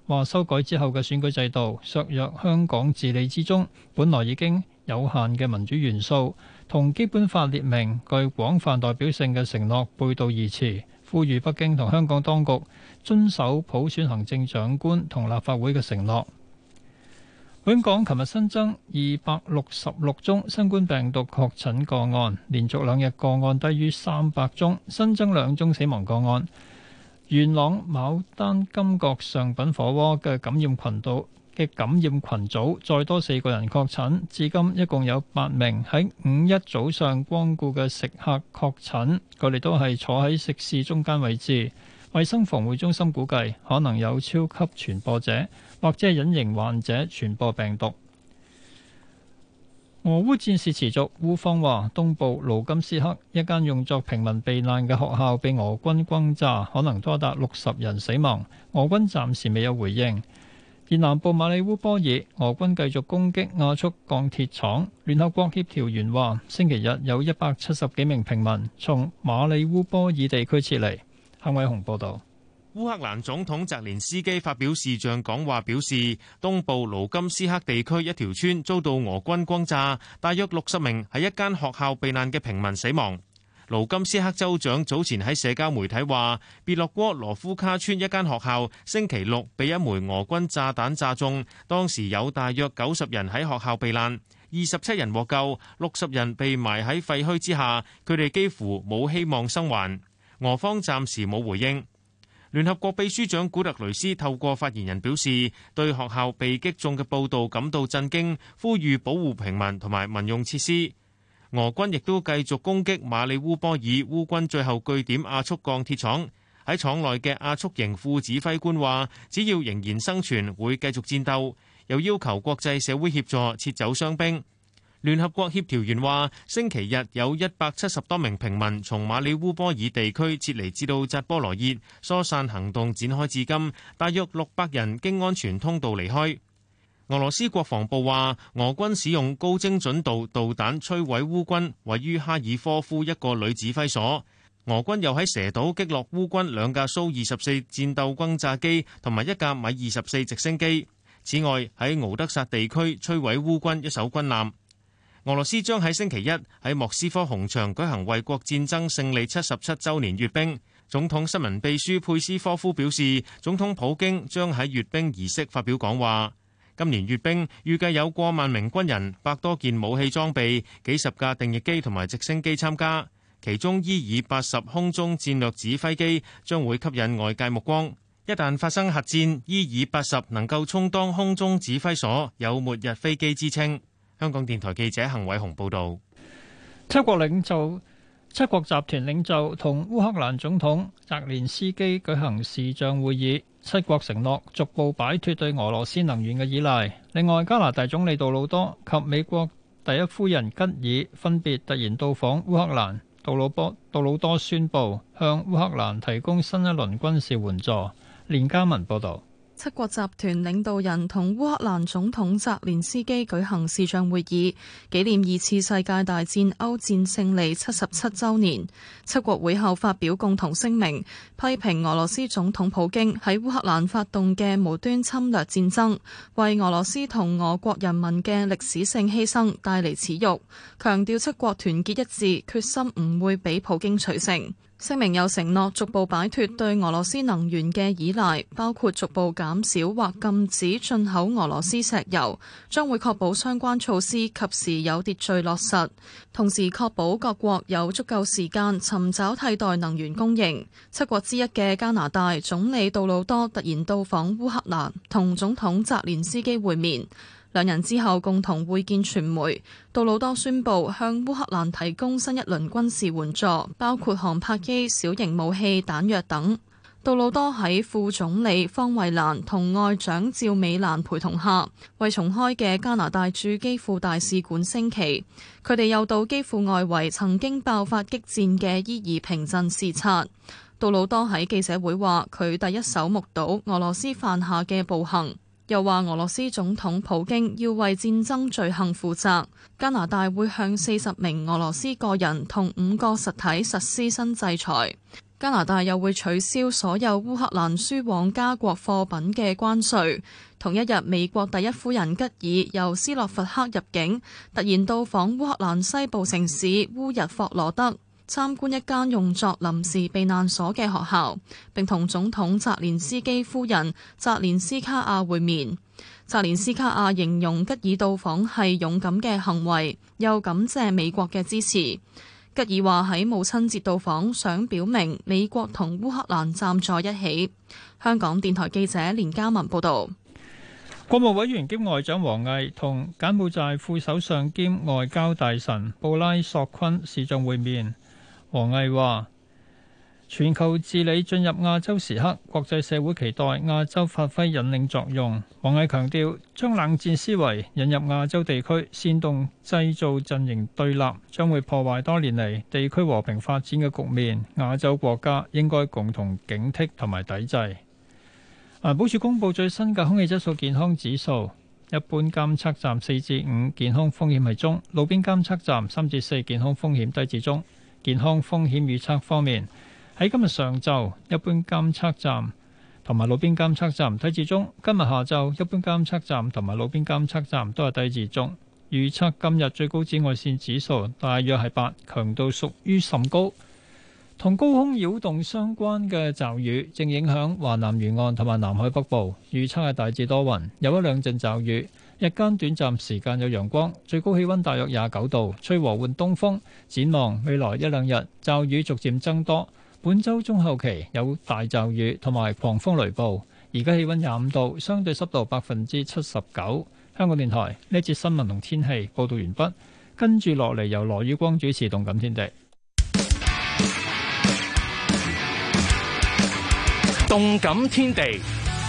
話修改之後嘅選舉制度削弱香港治理之中本來已經有限嘅民主元素，同基本法列明具廣泛代表性嘅承諾背道而馳，呼籲北京同香港當局遵守普選行政長官同立法會嘅承諾。本港琴日新增二百六十六宗新冠病毒確診個案，連續兩日個案低於三百宗，新增兩宗死亡個案。元朗牡丹金閣上品火鍋嘅感染群組嘅感染群組再多四個人確診，至今一共有八名喺五一早上光顧嘅食客確診，佢哋都係坐喺食肆中間位置。衛生防護中心估計可能有超級傳播者或者係隱形患者傳播病毒。俄烏戰事持續，烏方話東部盧甘斯克一間用作平民避難嘅學校被俄軍轟炸，可能多達六十人死亡。俄軍暫時未有回應。而南部馬里烏波爾，俄軍繼續攻擊亞速鋼鐵廠。聯合國協調員話，星期日有一百七十幾名平民從馬里烏波爾地區撤離。幸偉雄報導。 烏克蘭總統澤連斯基發表視像講話，表示東部盧甘斯克地區一條村遭到俄軍轟炸，大約六十名喺一間學校避難嘅平民死亡。盧甘斯克州長早前喺社交媒體話，別洛戈羅夫卡村一間學校星期六被一枚俄軍炸彈炸中，當時有大約九十人喺學校避難，二十七人獲救，六十人被埋喺廢墟之下，佢哋幾乎冇希望生還。俄方暫時冇回應。聯合國秘書長古特雷斯透過發言人表示，對學校被擊中嘅報導感到震驚，呼籲保護平民同埋民用設施。俄軍亦都繼續攻擊馬里烏波爾烏軍最後據點亞速鋼鐵廠。喺廠內嘅亞速營副指揮官話，只要仍然生存，會繼續戰鬥，又要求國際社會協助撤走傷兵。聯合國協調員話，星期日有一百七十多名平民從馬里烏波爾地區撤離至到扎波羅熱，疏散行動展開至今，大約六百人經安全通道離開。俄羅斯國防部話，俄軍使用高精準度導彈摧毀烏軍位於哈爾科夫一個旅指揮所。俄軍又喺蛇島擊落烏軍兩架蘇二十四戰鬥轟炸機同埋一架米二十四直升機。此外，喺敖德薩地區摧毀烏軍一艘軍艦。俄羅斯將喺星期一喺莫斯科紅場舉行衛國戰爭勝利七十七週年閱兵。總統新聞秘書佩斯科夫表示，總統普京將喺閱兵儀式發表講話。今年閱兵預計有過萬名軍人、百多件武器裝備、幾十架定翼機同埋直升機參加，其中伊爾八十空中戰略指揮機將會吸引外界目光。一旦發生核戰，伊爾八十能夠充當空中指揮所，有末日飛機之稱。香港電台記者幸偉雄報導。 七國領袖、七國集團領袖同烏克蘭總統澤連斯基舉行視像會議，七國承諾逐步擺脱對俄羅斯能源嘅依賴。另外，加拿大總理杜魯多及美國第一夫人吉爾分別突然到訪烏克蘭。杜魯波杜魯多宣布向烏克蘭提供新一輪軍事援助。連家文報導。 七國集團領導人同烏克蘭總統澤連斯基舉行視像會議，紀念二次世界大戰歐戰勝利七十七週年。七國會後發表共同聲明，批評俄羅斯總統普京喺烏克蘭發動嘅無端侵略戰爭，為俄羅斯同俄國人民嘅歷史性犧牲帶嚟恥辱，強調七國團結一致，決心唔會俾普京取勝。聲明又承諾逐步擺脱對俄羅斯能源嘅依賴，包括逐步減少或禁止進口俄羅斯石油，將會確保相關措施及時有秩序落實，同時確保各國有足夠時間尋找替代能源供應。七國之一嘅加拿大總理杜魯多突然到訪烏克蘭，同總統澤連斯基會面。兩人之後共同會見傳媒，杜魯多宣布向烏克蘭提供新一輪軍事援助，包括航拍機、小型武器、彈藥等。杜魯多喺副總理方慧蘭同外長趙美蘭陪同下，為重開嘅加拿大駐基輔大使館升旗。佢哋又到基輔外圍曾經爆發激戰嘅伊爾平鎮視察。杜魯多喺記者會話，佢第一手目睹俄羅斯犯下嘅暴行。又話俄羅斯總統普京要為戰爭罪行負責，加拿大會向四十名俄羅斯個人同五個實體實施新制裁。 加拿大又會取消所有烏克蘭輸往加國貨品嘅關稅。同一日，美國第一夫人吉爾由斯洛伐克入境，突然到訪烏克蘭西部城市烏日霍羅德，參觀一間用作臨時避難所嘅學校，並同總統澤連斯基夫人澤連斯卡亞會面。澤連斯卡亞形容吉爾到訪係勇敢嘅行為，又感謝美國嘅支持。吉爾話喺母親節到訪，想表明美國同烏克蘭站在一起。香港電台記者連嘉文報導。 國務委員兼外長王毅同柬埔寨副首相兼外交大臣布拉索昆視像會面。王毅話：全球治理進入亞洲時刻，國際社會期待亞洲發揮引領作用。王毅強調，將冷戰思維引入亞洲地區，煽動製造陣營對立，將會破壞多年嚟地區和平發展嘅局面。亞洲國家應該共同警惕同埋抵制。環保署公布最新嘅空氣質素健康指數，一般監測站四至五，健康風險係中；路邊監測站三至四，健康風險低至中。健康風險預測方面，喺今日上晝，一般監測站同埋路邊監測站低至中；今日下晝，一般監測站同埋路邊監測站都係低至中。預測今日最高紫外線指數大約係八，強度屬於甚高。同高空擾動相關嘅驟雨正影響華南沿岸同埋南海北部，預測係大致多雲，有一兩陣驟雨。日間短暫時間有陽光，最高氣溫大約廿九度，吹和緩東風。展望未來一兩日，驟雨逐漸增多。本週中後期有大驟雨同埋狂風雷暴。而家氣溫廿五度，相對濕度百分之七十九。香港電台呢節新聞同天氣報道完畢，跟住落嚟由羅宇光主持《動感天地》。 動感天地。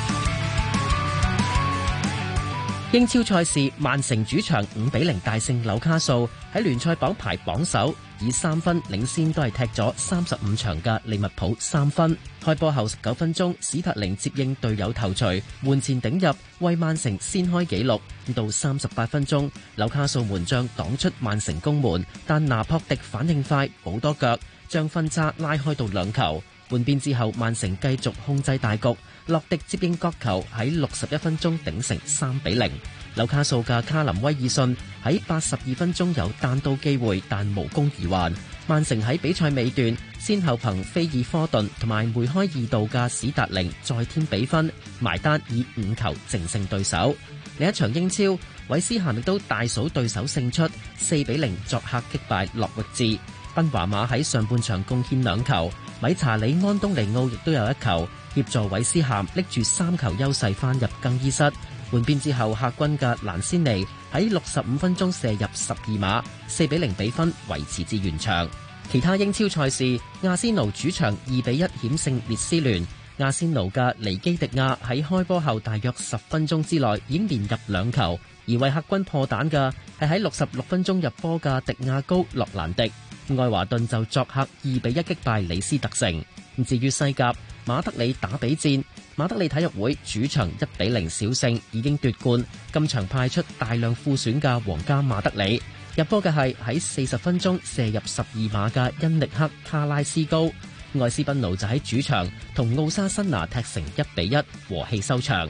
英超賽事，曼城主場五比零大勝紐卡素，喺聯賽榜排榜首，以三分領先都係踢咗三十五場嘅利物浦三分。開波後十九分鐘，史特靈接應隊友頭槌，門前頂入，為曼城先開紀錄。到三十八分鐘，紐卡素門將擋出曼城攻門，但拿破迪反應快，補多腳，將分差拉開到兩球。換邊之後，曼城繼續控制大局，洛迪接應角球喺六十一分鐘頂成三比零。紐卡素嘅卡林威爾遜喺八十二分鐘有單刀機會，但無功而還。曼城喺比賽尾段先後憑菲爾科頓同埋梅開二度嘅史達寧再添比分，埋單以五球淨勝對手。另一場英超，韋斯咸亦都大掃對手勝出，四比零作客擊敗諾域治。賓華馬喺上半場貢獻兩球，米查里安東尼奧亦都有一球，協助韋斯咸拎住三球優勢翻入更衣室。換邊之後，客軍嘅蘭仙尼喺六十五分鐘射入十二碼，四比零比分維持至完場。其他英超賽事，阿仙奴主場二比一險勝列斯聯。阿仙奴嘅尼基迪亞喺開波後大約十分鐘之內已經連入兩球，而為客軍破蛋嘅係喺六十六分鐘入波嘅迪亞高洛蘭迪。愛華頓就作客二比一擊敗李斯特城。至於西甲，馬德里打比戰，馬德里體育會主場一比零小勝，已經奪冠。今場派出大量副選嘅皇家馬德里，入波嘅係喺四十分鐘射入十二碼嘅恩力克卡拉斯高。愛斯賓奴就喺主場同奧沙辛拿踢成一比一和氣收場。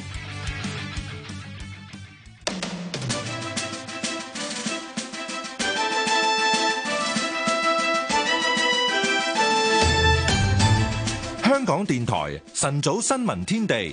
香港電台晨早新聞天地，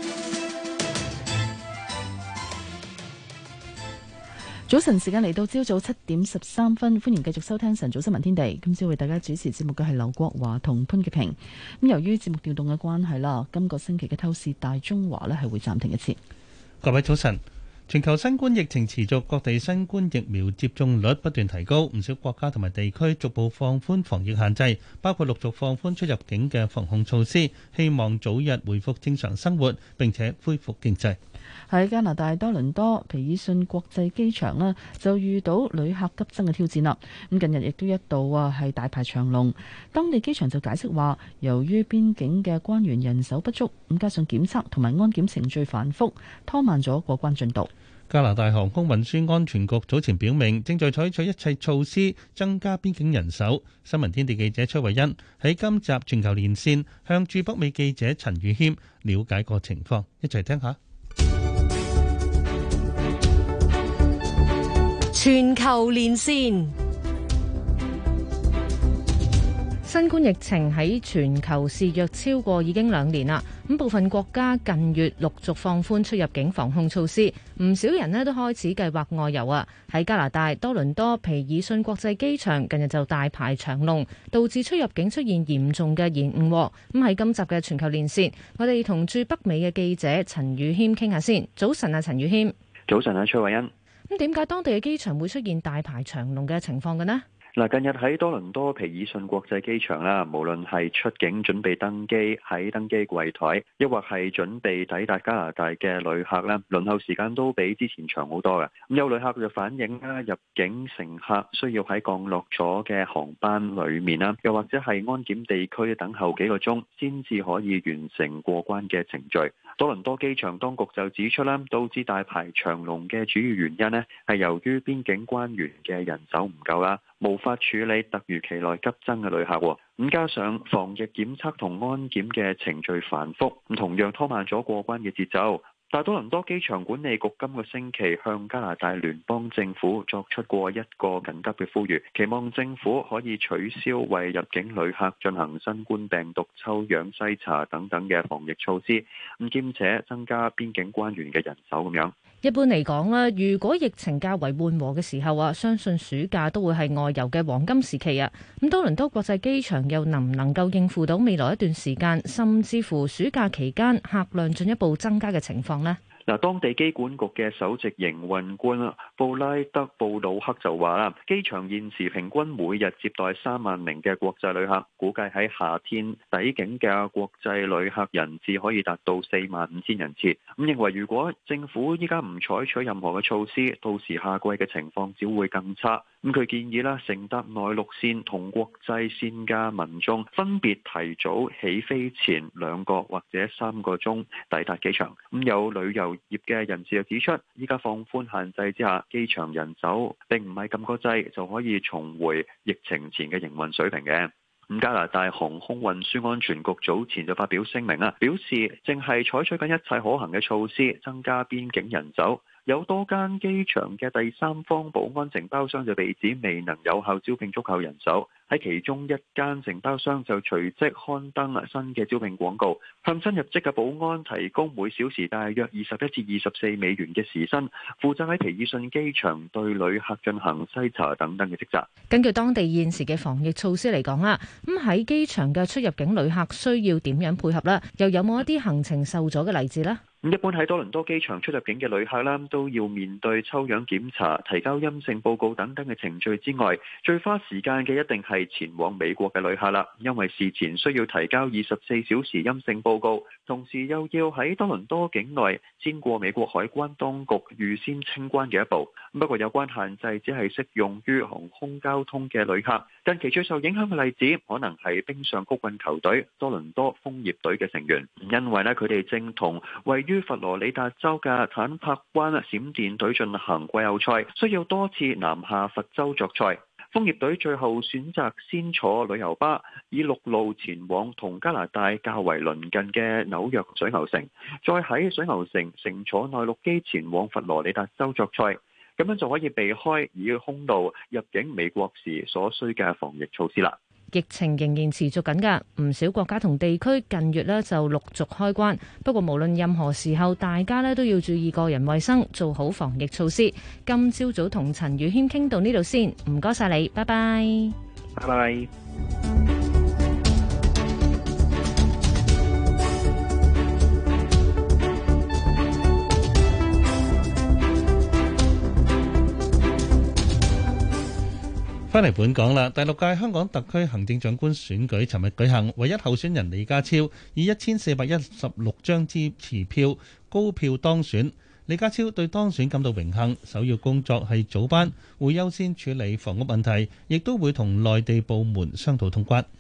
早晨時間嚟到朝早七點十三分，歡迎繼續收聽晨早新聞天地。今朝為大家主持節目嘅係劉國華同潘潔平。咁由於節目調動嘅關係啦，今個星期嘅透視大中華呢係會暫停一次。 各位早晨。全球新冠疫情持續，各地新冠疫苗接種率不斷提高，唔少國家同埋地區逐步放寬防疫限制，包括陸續放寬出入境嘅防控措施，希望早日回復正常生活，並且恢復經濟。 喺加拿大多倫多皮爾遜國際機場呢就遇到旅客急增嘅挑戰啦。咁近日亦都一度啊係大排長龍，當地機場就解釋話，由於邊境嘅關員人手不足，咁加上檢測同埋安檢程序繁複，拖慢咗過關進度。 加拿大航空運輸安全局早前表明，正在採取一切措施增加邊境人手。新聞天地記者崔慧欣喺今集全球連線向駐北美記者陳宇謙了解個情況，一齊聽下。 全球連線。 新冠疫情喺全球肆虐超過已經兩年啦，咁部分國家近月陸續放寬出入境防控措施，唔少人呢都開始計劃外遊啊。喺加拿大多倫多皮爾遜國際機場近日就大排長龍，導致出入境出現嚴重嘅延誤。咁喺今集嘅全球連線，我哋同駐北美嘅記者陳宇謙傾下先。早晨啊，陳宇謙。 早晨啊，崔慧欣。 咁點解當地嘅機場會出現大排長龍嘅情況嘅呢？ 嗱，近日喺多倫多皮爾遜國際機場啦，無論係出境準備登機喺登機櫃台，抑或係準備抵達加拿大嘅旅客啦，輪候時間都比之前長好多嘅。咁有旅客就反映啦，入境乘客需要喺降落咗嘅航班裡面啦，又或者係安檢地區等候幾個鐘，先至可以完成過關嘅程序。多倫多機場當局就指出啦，導致大排長龍嘅主要原因呢，係由於邊境關員嘅人手唔夠啦，無法處理突如其來急增嘅旅客。咁加上防疫檢測同安檢嘅程序繁複，咁同樣拖慢咗過關嘅節奏。大多倫多機場管理局今個星期向加拿大聯邦政府作出過一個緊急嘅呼籲，期望政府可以取消為入境旅客進行新冠病毒抽樣篩查等等嘅防疫措施，咁兼且增加邊境關員嘅人手咁樣。 一般嚟講咧，如果疫情較為緩和嘅時候啊，相信暑假都會係外遊嘅黃金時期啊。咁多倫多國際機場又能唔能夠應付到未來一段時間，甚至乎暑假期間客量進一步增加嘅情況呢？ 嗱，當地機管局嘅首席營運官布拉德布魯克就話啦，機場現時平均每日接待三萬名嘅國際旅客，估計喺夏天抵境嘅國際旅客人次可以達到四萬五千人次。咁認為如果政府依家唔採取任何嘅措施，到時夏季嘅情況只會更差。咁佢建議啦，乘搭內陸線同國際線嘅民眾分別提早起飛前兩個或者三個鐘抵達機場。咁有旅遊業嘅人士就指出，依家放寬限制之下，機場人手並唔係撳個掣就可以重回疫情前嘅營運水平嘅。咁加拿大航空運輸安全局早前就發表聲明啊，表示正係採取緊一切可行嘅措施，增加邊境人手。有多間機場嘅第三方保安承包商就被指未能有效招聘足夠人手，喺其中一間承包商就隨即刊登新嘅招聘廣告，向新入職嘅保安提供每小時大約二十一至二十四美元嘅時薪，負責喺皮爾遜機場對旅客進行篩查等等嘅職責。 根據當地現時嘅防疫措施嚟講啦，咁喺機場嘅出入境旅客需要點樣配合啦？又有冇一啲行程受阻嘅例子呢？ 咁一般喺多倫多機場出入境嘅旅客啦，都要面對抽樣檢查、提交陰性報告等等嘅程序之外，最花時間嘅一定係前往美國嘅旅客啦，因為事前需要提交二十四小時陰性報告，同時又要喺多倫多境內先過美國海關當局預先清關嘅一步。不過有關限制只係適用於航空交通嘅旅客。近期最受影響嘅例子可能係冰上曲棍球隊多倫多楓葉隊嘅成員，因為咧佢哋正同位於佛羅里達州嘅坦帕灣閃電隊進行季後賽，需要多次南下佛州作賽。楓葉隊最後選擇先坐旅遊巴，以陸路前往同加拿大較為鄰近嘅紐約水牛城，再喺水牛城乘坐內陸機前往佛羅里達州作賽。咁樣就可以避開以空路入境美國時所需嘅防疫措施啦。 疫情仍然持續緊㗎，唔少國家同地區近月呢就陸續開關。不過無論任何時候，大家呢都要注意個人衛生，做好防疫措施。今朝早同陳宇謙傾到呢度先，唔該晒你，拜拜。 拜拜。 翻嚟本港啦，第六屆香港特區行政長官選舉尋日舉行，唯一候選人李家超以一千四百一十六張支持票高票當選。李家超對當選感到榮幸，首要工作係早班，會優先處理房屋問題，亦都會同內地部門商討通關。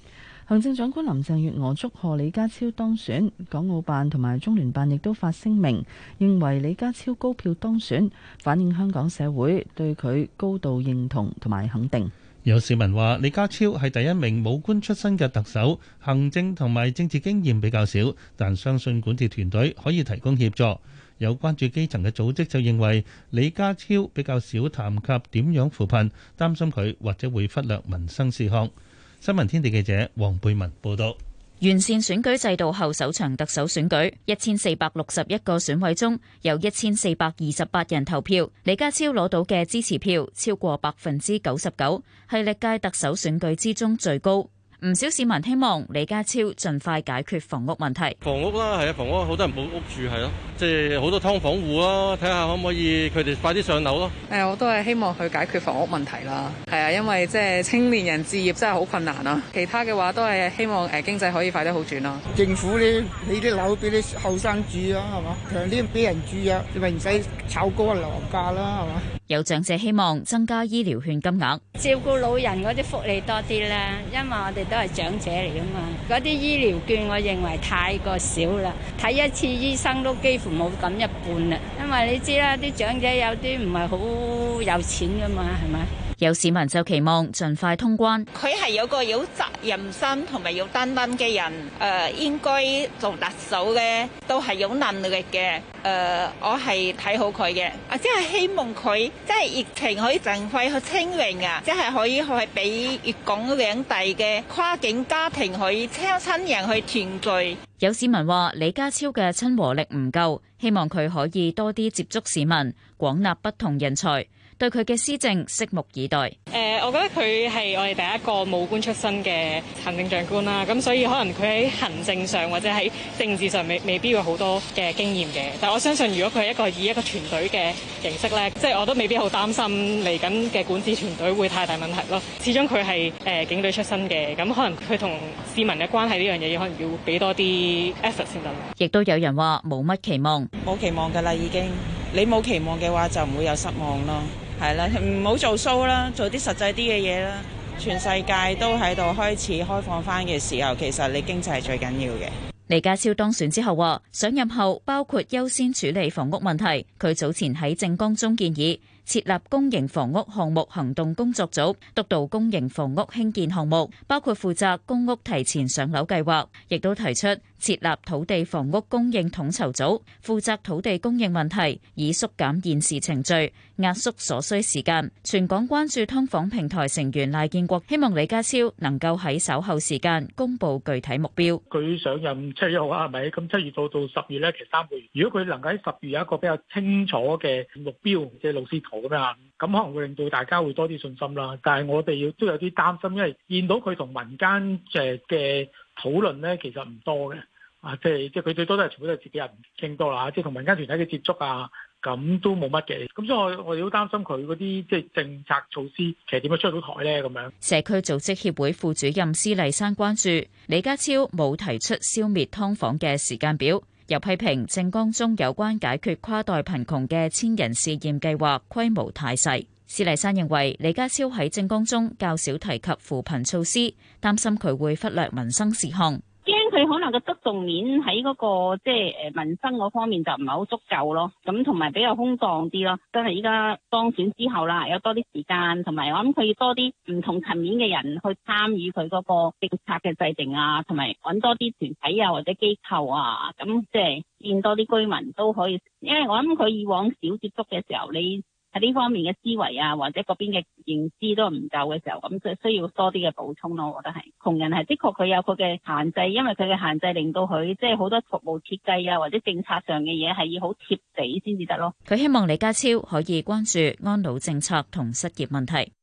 行政長官林鄭月娥祝賀李家超當選，港澳辦同埋中聯辦亦都發聲明，認為李家超高票當選，反映香港社會對佢高度認同同埋肯定。 有市民話李家超係第一名武官出身嘅特首，行政同埋政治經驗比較少，但相信管治團隊可以提供協助。有關注基層嘅組織就認為李家超比較少談及點樣扶貧，擔心佢或者會忽略民生事項。新聞天地記者黃貝文報道。 完善選舉制度後首場特首選舉，一千四百六十一個選委中有一千四百二十八人投票，李家超攞到嘅支持票超過百分之九十九，係歷屆特首選舉之中最高。唔少市民希望李家超盡快解決房屋問題。 房屋啦，係啊，房屋好多人冇屋住，係咯，即係好多劏房戶咯，睇下可唔可以佢哋快啲上樓咯。 誒，我都係希望佢解決房屋問題啦。係啊，因為即係青年人置業真係好困難啊。其他嘅話都係希望誒經濟可以快啲好轉咯。 政府咧，你啲樓俾啲後生住啊，係嘛？平啲俾人住啊，你咪唔使炒高樓價啦，係嘛？ 有長者希望增加醫療券金額， 照顧老人嗰啲福利多啲啦，因為我哋都係長者嚟噶嘛。嗰啲醫療券我認為太過少啦，睇一次醫生都幾乎冇咁一半啦。因為你知啦，啲長者有啲唔係好有錢噶嘛，係咪？ 有市民就期望盡快通關。 佢係有個有責任心同埋有擔當嘅人，誒、呃、應該做特首嘅都係有能力嘅。誒、呃，我係睇好佢嘅。我即係希望佢即係疫情可以盡快去清零啊！即係可以去俾粵港兩地嘅跨境家庭去親親人去團聚。 有市民話李家超嘅親和力唔夠，希望佢可以多啲接觸市民，廣納不同人才。對佢嘅施政拭目以待。誒、 呃，我覺得佢係我哋第一個武官出身嘅行政長官啦，咁所以可能佢喺行政上或者喺政治上未未必有好多嘅經驗嘅。但我相信，如果佢係一個以一個團隊嘅形式咧，即係我都未必好擔心嚟緊嘅管治團隊會太大問題咯。始終佢係誒警隊出身嘅，咁可能佢同市民嘅關係呢樣嘢，可能要俾多啲 effort 先得。 亦都有人話冇乜期望， 冇期望㗎啦，已經。你冇期望嘅話，就唔會有失望咯。係啦，唔好做 show 啦，做啲實際啲嘅嘢啦。全世界都喺度開始開放翻嘅時候，其實你經濟係最緊要嘅。 李家超當選之後話，上任後包括優先處理房屋問題。佢早前喺政綱中建議設立公營房屋項目行動工作組，督導公營房屋興建項目，包括負責公屋提前上樓計劃，亦都提出設立土地房屋供應統籌組，負責土地供應問題，以縮減現時程序，壓縮所需時間。全港關注劏房平台成員賴建國希望李家超能夠喺稍後時間公布具體目標。 佢上任七月一號啊，係咪？咁七月到到十月咧，其實三個月。如果佢能夠喺十月有一個比較清楚嘅目標，即係路線圖咁樣，咁可能會令到大家會多啲信心啦。但係我哋要都有啲擔心，因為見到佢同民間誒嘅討論咧，其實唔多嘅。啊，即係即係佢最多都係全部都係自己人傾多啦，即係同民間團體嘅接觸啊，咁都冇乜嘅。咁所以我我哋都擔心佢嗰啲即係政策措施其實點樣出到台咧咁樣。 社區組織協會副主任施麗珊關注李家超冇提出消滅劏房嘅時間表，又批評政綱中有關解決跨代貧窮嘅千人試驗計劃規模太細。施麗珊認為李家超喺政綱中較少提及扶貧措施，擔心佢會忽略民生事項。 驚佢可能個側重面喺嗰個即係誒民生嗰方面就唔係好足夠咯，咁同埋比較空蕩啲咯。真係依家當選之後啦，有多啲時間，同埋我諗佢要多啲唔同層面嘅人去參與佢嗰個政策嘅制定啊，同埋揾多啲團體啊或者機構啊，咁即係見多啲居民都可以。因為我諗佢以往少接觸嘅時候，你喺呢方面嘅思維啊，或者嗰邊嘅認知都唔夠嘅時候，咁就需要多啲嘅補充咯。我覺得係窮人係的確佢有佢嘅限制，因為佢嘅限制令到佢即係好多服務設計啊，或者政策上嘅嘢係要好貼地先至得咯。 佢希望李家超可以關注安老政策同失業問題。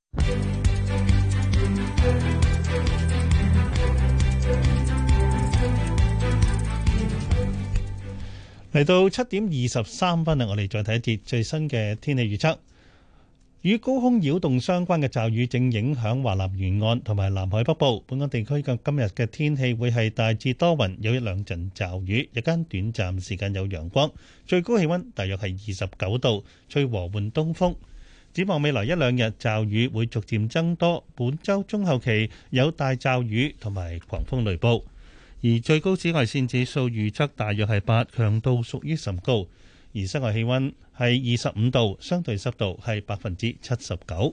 嚟到七點二十三分啦，我哋再睇一節最新嘅天氣預測。與高空擾動相關嘅驟雨正影響華南沿岸同埋南海北部。本港地區嘅今日嘅天氣會係大致多雲，有一兩陣驟雨，日間短暫時間有陽光，最高氣溫大約係二十九度，吹和緩東風。 展望未來一兩日，驟雨會逐漸增多，本週中後期有大驟雨同埋狂風雷暴。而最高紫外線指數預測大約係八，強度屬於甚高。而室外氣溫係二十五度，相對濕度係百分之七十九。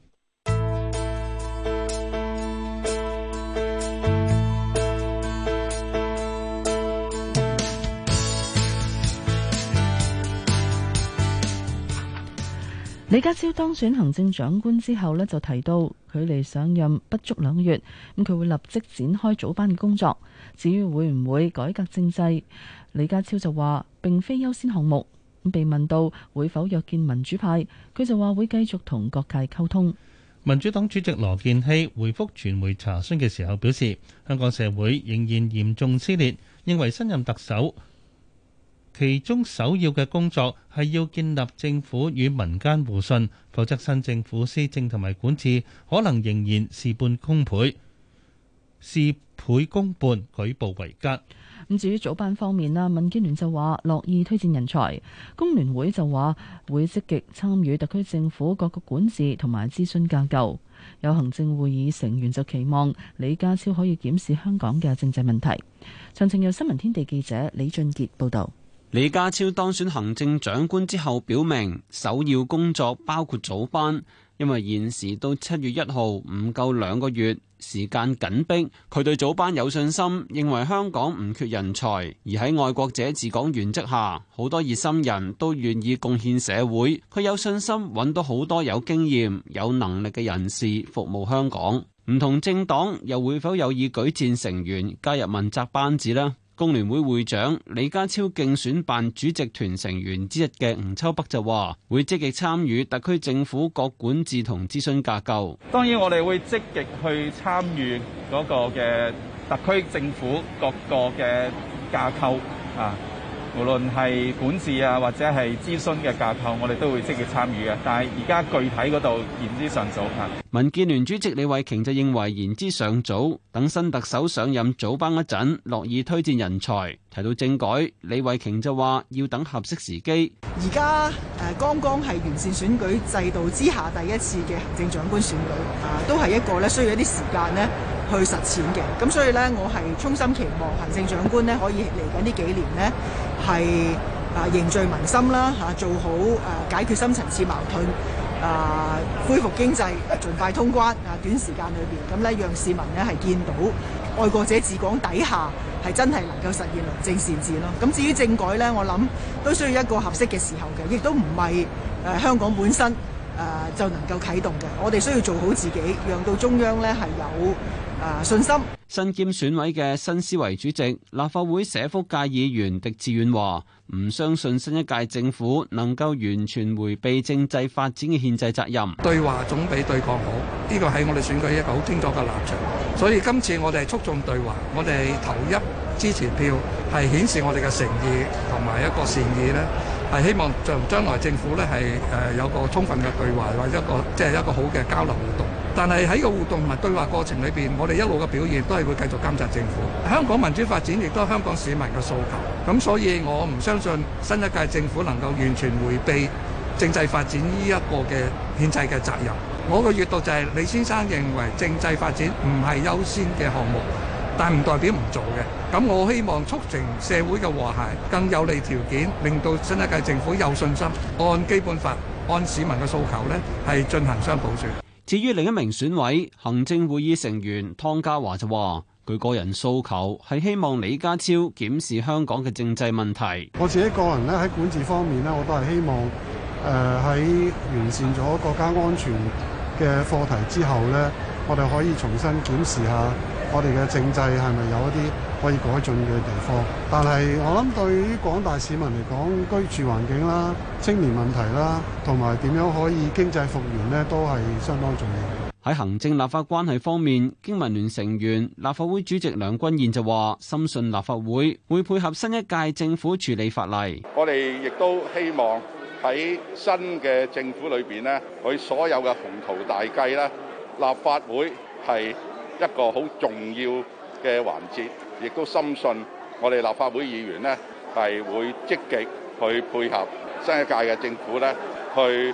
李家超當選行政長官之後呢，就提到距離上任不足兩個月，咁佢會立即展開組班嘅工作。至於會唔會改革政制，李家超就話並非優先項目。咁被問到會否約見民主派，佢就話會繼續同各界溝通。 民主黨主席羅健熙回覆傳媒查詢嘅時候表示，香港社會仍然嚴重撕裂，認為新任特首其中首要嘅工作係要建立政府與民間互信，否則新政府施政同埋管治可能仍然事半功倍，事倍功半，舉步維艱。 咁至於組班方面啦，民建聯就話樂意推薦人才，工聯會就話會積極參與特區政府各個管治同埋諮詢架構。有行政會議成員就期望李家超可以檢視香港嘅政制問題。詳情由新聞天地記者李俊傑報導。 李家超當選行政長官之後，表明首要工作包括組班，因為現時到七月一號唔夠兩個月，時間緊迫。佢對組班有信心，認為香港唔缺人才，而喺愛國者治港原則下，好多熱心人都願意貢獻社會。佢有信心揾到好多有經驗、有能力嘅人士服務香港。唔同政黨又會否有意舉薦成員加入問責班子呢？工聯會會長李家超競選辦主席團成員之一嘅吳秋北就話，會積極參與特區政府各管治同諮詢架構。 當然，我哋會積極去參與嗰個嘅特區政府各個嘅架構啊，無論係管治啊或者係諮詢嘅架構，我哋都會積極參與嘅。但係而家具體嗰度言之尚早啊。 民建聯主席李慧瓊就認為言之尚早，等新特首上任組班一陣，樂意推薦人才。提到政改，李慧瓊就話要等合適時機。 而家誒剛剛係完善選舉制度之下第一次嘅行政長官選舉，啊都係一個咧需要一啲時間咧去實踐嘅。咁所以咧，我係衷心期望行政長官咧可以嚟緊呢幾年咧係啊凝聚民心啦，嚇做好誒解決深層次矛盾。啊！恢復經濟，盡快通關啊！短時間裏邊咁咧，讓市民咧係見到愛國者治港底下係真係能夠實現良政善治咯。咁至於政改咧，我諗都需要一個合適嘅時候嘅，亦都唔係誒香港本身誒、呃、就能夠啟動嘅。我哋需要做好自己，讓到中央咧係有誒、呃、信心。 身兼選委嘅新思維主席、立法會社福界議員狄志遠話：唔相信新一屆政府能夠完全迴避政制發展嘅憲制責任。 對話總比對抗好，呢個係我哋選舉一個好清楚嘅立場。所以今次我哋係促進對話，我哋投一支持票係顯示我哋嘅誠意同埋一個善意咧，係希望將將來政府咧係誒有個充分嘅對話或者一個即係、就是、一個好嘅交流互動。但係喺個互動同埋對話過程裏邊，我哋一路嘅表現都係會繼續監察政府。香港民主發展亦都係香港市民嘅訴求。咁所以我唔相信新一屆政府能夠完全迴避政制發展呢一個嘅憲制嘅責任。我嘅閱讀就係李先生認為政制發展唔係優先嘅項目，但唔代表唔做嘅。咁我希望促成社會嘅和諧，更有利條件，令到新一屆政府有信心按基本法、按市民嘅訴求呢係進行雙普選。 至於另一名選委，行政會議成員湯家驊就話：佢個人訴求係希望李家超檢視香港嘅政制問題。 我自己個人咧喺管治方面咧，我都係希望誒喺、呃、完善咗國家安全嘅課題之後咧，我哋可以重新檢視下我哋嘅政制係咪有一啲可以改進嘅地方。但係我諗對於廣大市民嚟講，居住環境啦、青年問題啦，同埋點樣可以經濟復原呢，都係相當重要。 喺行政立法關係方面，經民聯成員立法會主席梁君彥就話：深信立法會會配合新一屆政府處理法例。 我哋亦都希望喺新嘅政府裏邊呢，佢所有嘅鴻圖大計咧，立法會係一個好重要嘅環節，亦都深信我哋立法會議員呢係會積極去配合新一屆嘅政府咧，去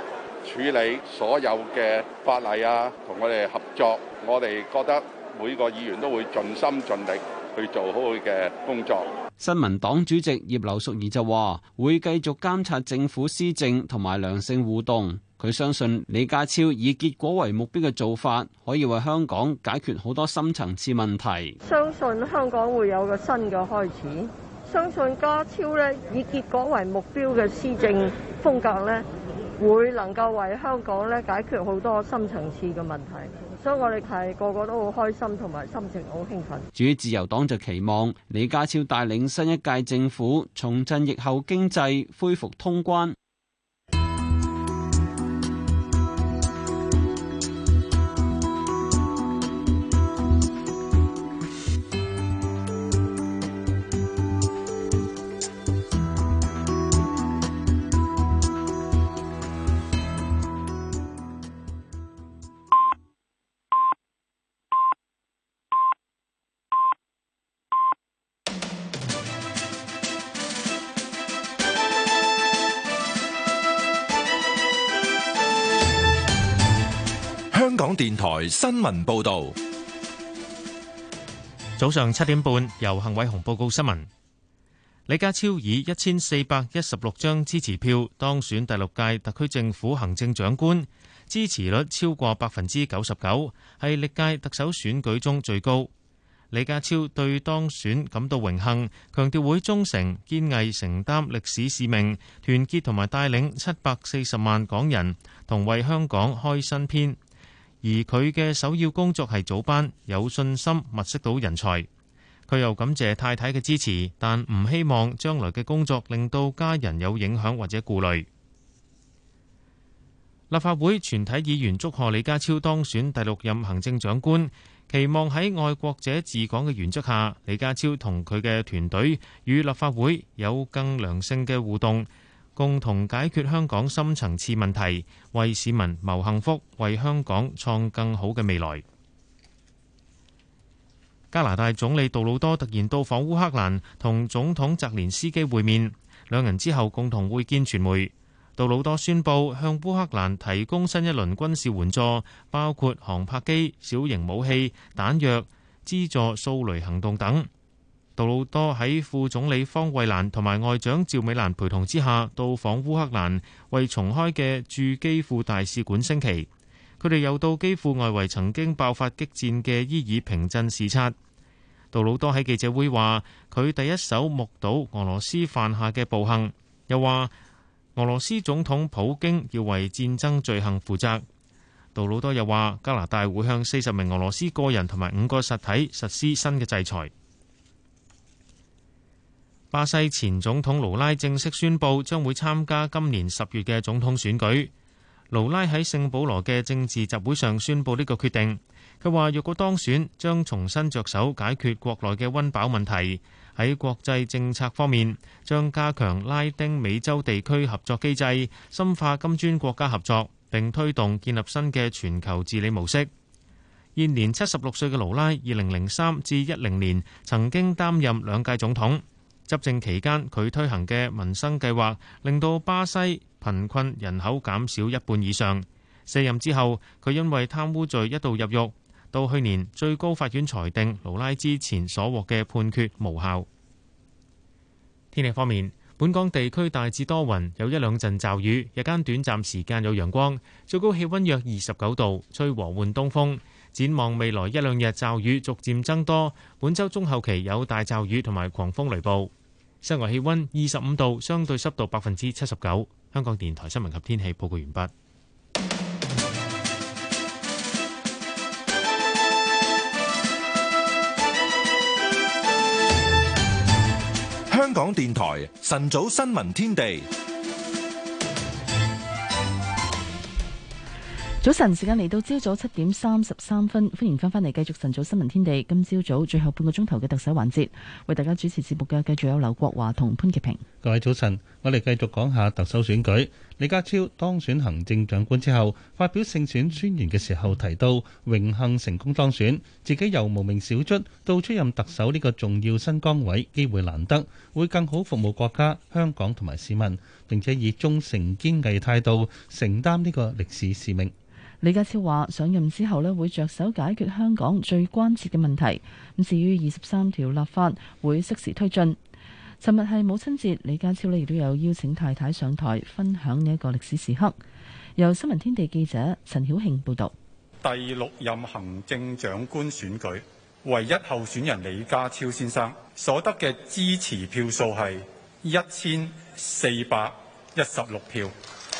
處理所有嘅法例啊，同我哋合作。我哋覺得每個議員都會盡心盡力去做好佢嘅工作。 新民黨主席葉劉淑儀就話會繼續監察政府施政同埋良性互動。佢相信李家超以結果為目標嘅做法，可以為香港解決好多深層次問題。 相信香港會有個新嘅開始。相信家超咧以結果為目標嘅施政風格咧，會能夠為香港咧解決好多深層次嘅問題。所以我哋係個個都好開心，同埋心情好興奮。 至於自由黨就期望李家超帶領新一屆政府重振疫後經濟，恢復通關。 香港電台新聞報道， 早上七點半，由幸偉雄報告新聞。李家超以一千四百一十六張支持票當選第六屆特區政府行政長官，支持率超過百分之九十九，係歷屆特首選舉中最高。李家超對當選感到榮幸，強調會忠誠、堅毅承擔歷史使命，團結同埋帶領七百四十萬港人，同為香港開新篇。而佢嘅首要工作係組班，有信心物色到人才。佢又感謝太太嘅支持，但唔希望將來嘅工作令到家人有影響或者顧慮。立法會全體議員祝賀李家超當選第六任行政長官，期望喺愛國者治港嘅原則下，李家超同佢嘅團隊與立法會有更良性嘅互動，共同解決香港深層次問題，為市民謀幸福，為香港創更好嘅未來。加拿大總理杜魯多突然到訪烏克蘭，同總統澤連斯基會面，兩人之後共同會見傳媒。杜魯多宣布向烏克蘭提供新一輪軍事援助，包括航拍機、小型武器、彈藥、資助掃雷行動等。杜魯多喺副總理方慧蘭同埋外長趙美蘭陪同之下到訪烏克蘭，為重開嘅駐基輔大使館升旗。佢哋又到基輔外圍曾經爆發激戰嘅伊爾平鎮視察。杜魯多喺記者會話，佢第一手目睹俄羅斯犯下嘅暴行，又話俄羅斯總統普京要為戰爭罪行負責。杜魯多又話，加拿大會向四十名俄羅斯個人同埋五個實體實施新嘅制裁。巴西前總統盧拉正式宣布將會參加今年十月嘅總統選舉。盧拉喺聖保羅嘅政治集會上宣布呢個決定。佢話若果當選，將重新着手解決國內嘅溫飽問題。喺國際政策方面，將加強拉丁美洲地區合作機制，深化金磚國家合作，並推動建立新嘅全球治理模式。現年七十六歲嘅盧拉，二零零三至一零年曾經擔任兩屆總統。執政期間，佢推行嘅民生計劃令到巴西貧困人口減少一半以上。卸任之後，佢因為貪污罪一度入獄，到去年最高法院裁定盧拉之前所獲嘅判決無效。天氣方面，本港地區大致多雲，有一兩陣驟雨，日間短暫時間有陽光，最高氣溫約二十九度，吹和緩東風。展望未來一兩日驟雨逐漸增多，本週中後期有大驟雨同埋狂風雷暴。室外氣溫二十五度，相對濕度百分之七十九。香港電台新聞及天氣報告完畢。 香港電台晨早新聞天地。 早晨，時間嚟到朝早七點三十三分，歡迎翻返嚟繼續晨早新聞天地。今朝早最後半個鐘頭嘅特首環節，為大家主持節目嘅繼續有劉國華同潘潔平。 各位早晨，我哋繼續講下特首選舉。李家超當選行政長官之後，發表勝選宣言嘅時候提到，榮幸成功當選，自己由無名小卒到出任特首呢個重要新崗位，機會難得，會更好服務國家、香港同埋市民，並且以忠誠堅毅態度承擔呢個歷史使命。 李家超話上任之後咧，會着手解決香港最關切嘅問題。咁至於二十三條立法，會適時推進。尋日係母親節，李家超咧亦都有邀請太太上台分享呢一個歷史時刻。由新聞天地記者陳曉慶報導。 第六任行政長官選舉，唯一候選人李家超先生所得嘅支持票數係一千四百一十六票。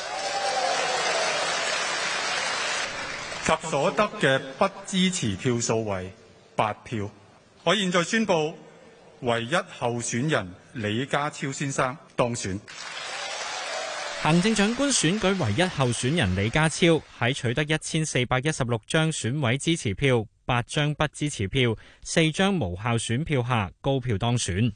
及所得嘅不支持票數為八票。我現在宣布，唯一候選人李家超先生當選。 行政長官選舉唯一候選人李家超喺取得一千四百一十六張選委支持票、八張不支持票、四張無效選票下，高票當選。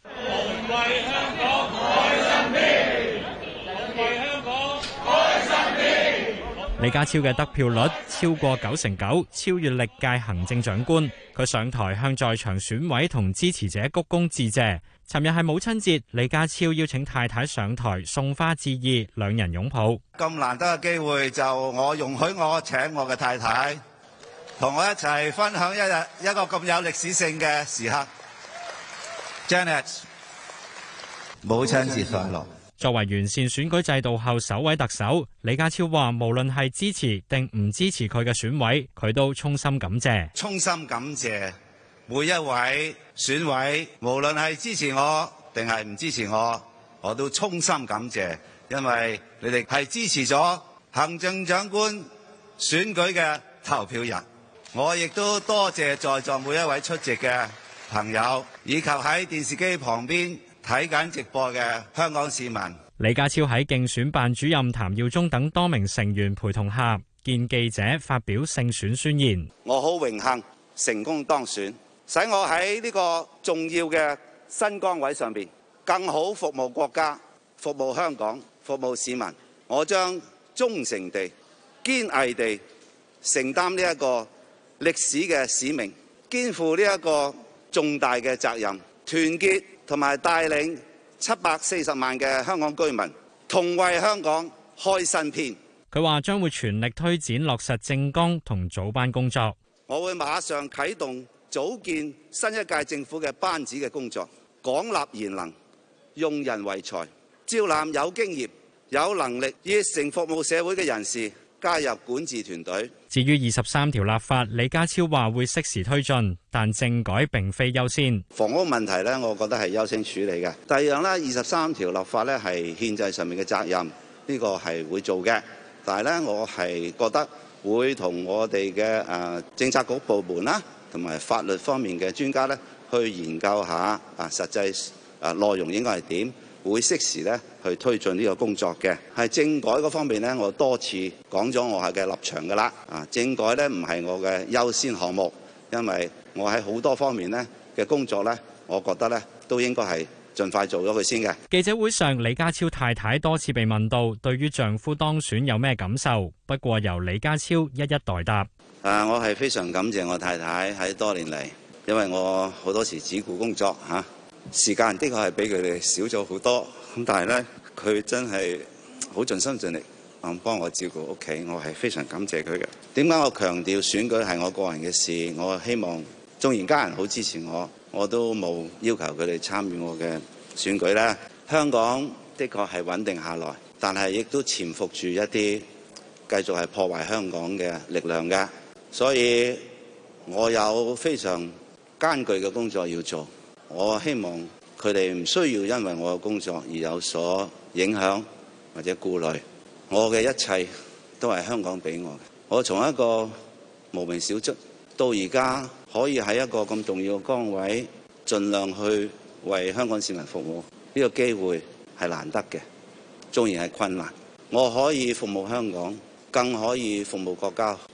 李家超嘅得票率超過九成九，超越歷屆行政長官。佢上台向在場選委同支持者鞠躬致謝。尋日係母親節，李家超邀請太太上台送花致意，兩人擁抱。 咁難得嘅機會，就我容許我請我嘅太太同我一齊分享一日一個咁有歷史性嘅時刻。Janet， 母親節快樂。 作為完善選舉制度後首位特首，李家超話無論係支持定唔支持佢嘅選委，佢都衷心感謝。 衷心感謝每一位選委，無論係支持我定係唔支持我，我都衷心感謝，因為你哋係支持咗行政長官選舉嘅投票人。我亦都多謝在座每一位出席嘅朋友，以及喺電視機旁邊睇緊直播嘅香港市民。 李家超喺競選辦主任譚耀宗等多名成員陪同下，見記者發表勝選宣言。 我好榮幸成功當選，使我喺呢個重要嘅新崗位上邊更好服務國家、服務香港、服務市民。我將忠誠地、堅毅地承擔呢一個歷史嘅使命，肩負呢一個重大嘅責任，團結同埋帶領七百四十萬嘅香港居民，同為香港開新篇。 佢話將會全力推展落實政綱同組班工作。 我會馬上啟動組建新一屆政府嘅班子嘅工作，廣納賢能，用人唯才，招攬有經驗、有能力、熱誠服務社會嘅人士加入管治團隊。 至於二十三條立法，李家超話會適時推進，但政改並非優先。 房屋問題呢，我覺得係優先處理嘅。第二樣呢，二十三條立法呢係憲制上面嘅責任，呢個係會做嘅。但係呢，我係覺得會同我哋嘅誒政策局部門啦，同埋法律方面嘅專家呢，去研究下啊實際誒內容應該係點。會適時咧去推進呢個工作嘅，係政改嗰方面呢，我多次講咗我係嘅立場㗎啦。啊，政改呢唔係我嘅優先項目，因為我喺好多方面呢嘅工作呢，我覺得呢都應該係盡快做咗佢先嘅。 記者會上，李家超太太多次被問到對於丈夫當選有咩感受，不過由李家超一一代答。 啊，我係非常感謝我太太喺多年嚟，因為我好多時只顧工作嚇。啊時間的確係比佢哋少咗好多，咁但係呢，佢真係好盡心盡力，咁幫我照顧屋企，我係非常感謝佢嘅。點解我強調選舉係我個人嘅事？我希望縱然家人好支持我，我都冇要求佢哋參與我嘅選舉呢。香港的確係穩定下來，但係亦都潛伏住一啲繼續係破壞香港嘅力量嘅，所以我有非常艱巨嘅工作要做。我希望佢哋唔需要因為我嘅工作而有所影響或者顧慮。我嘅一切都係香港俾我嘅。我從一個無名小卒到而家可以喺一個咁重要嘅崗位，盡量去為香港市民服務，呢個機會係難得嘅。縱然係困難，我可以服務香港，更可以服務國家，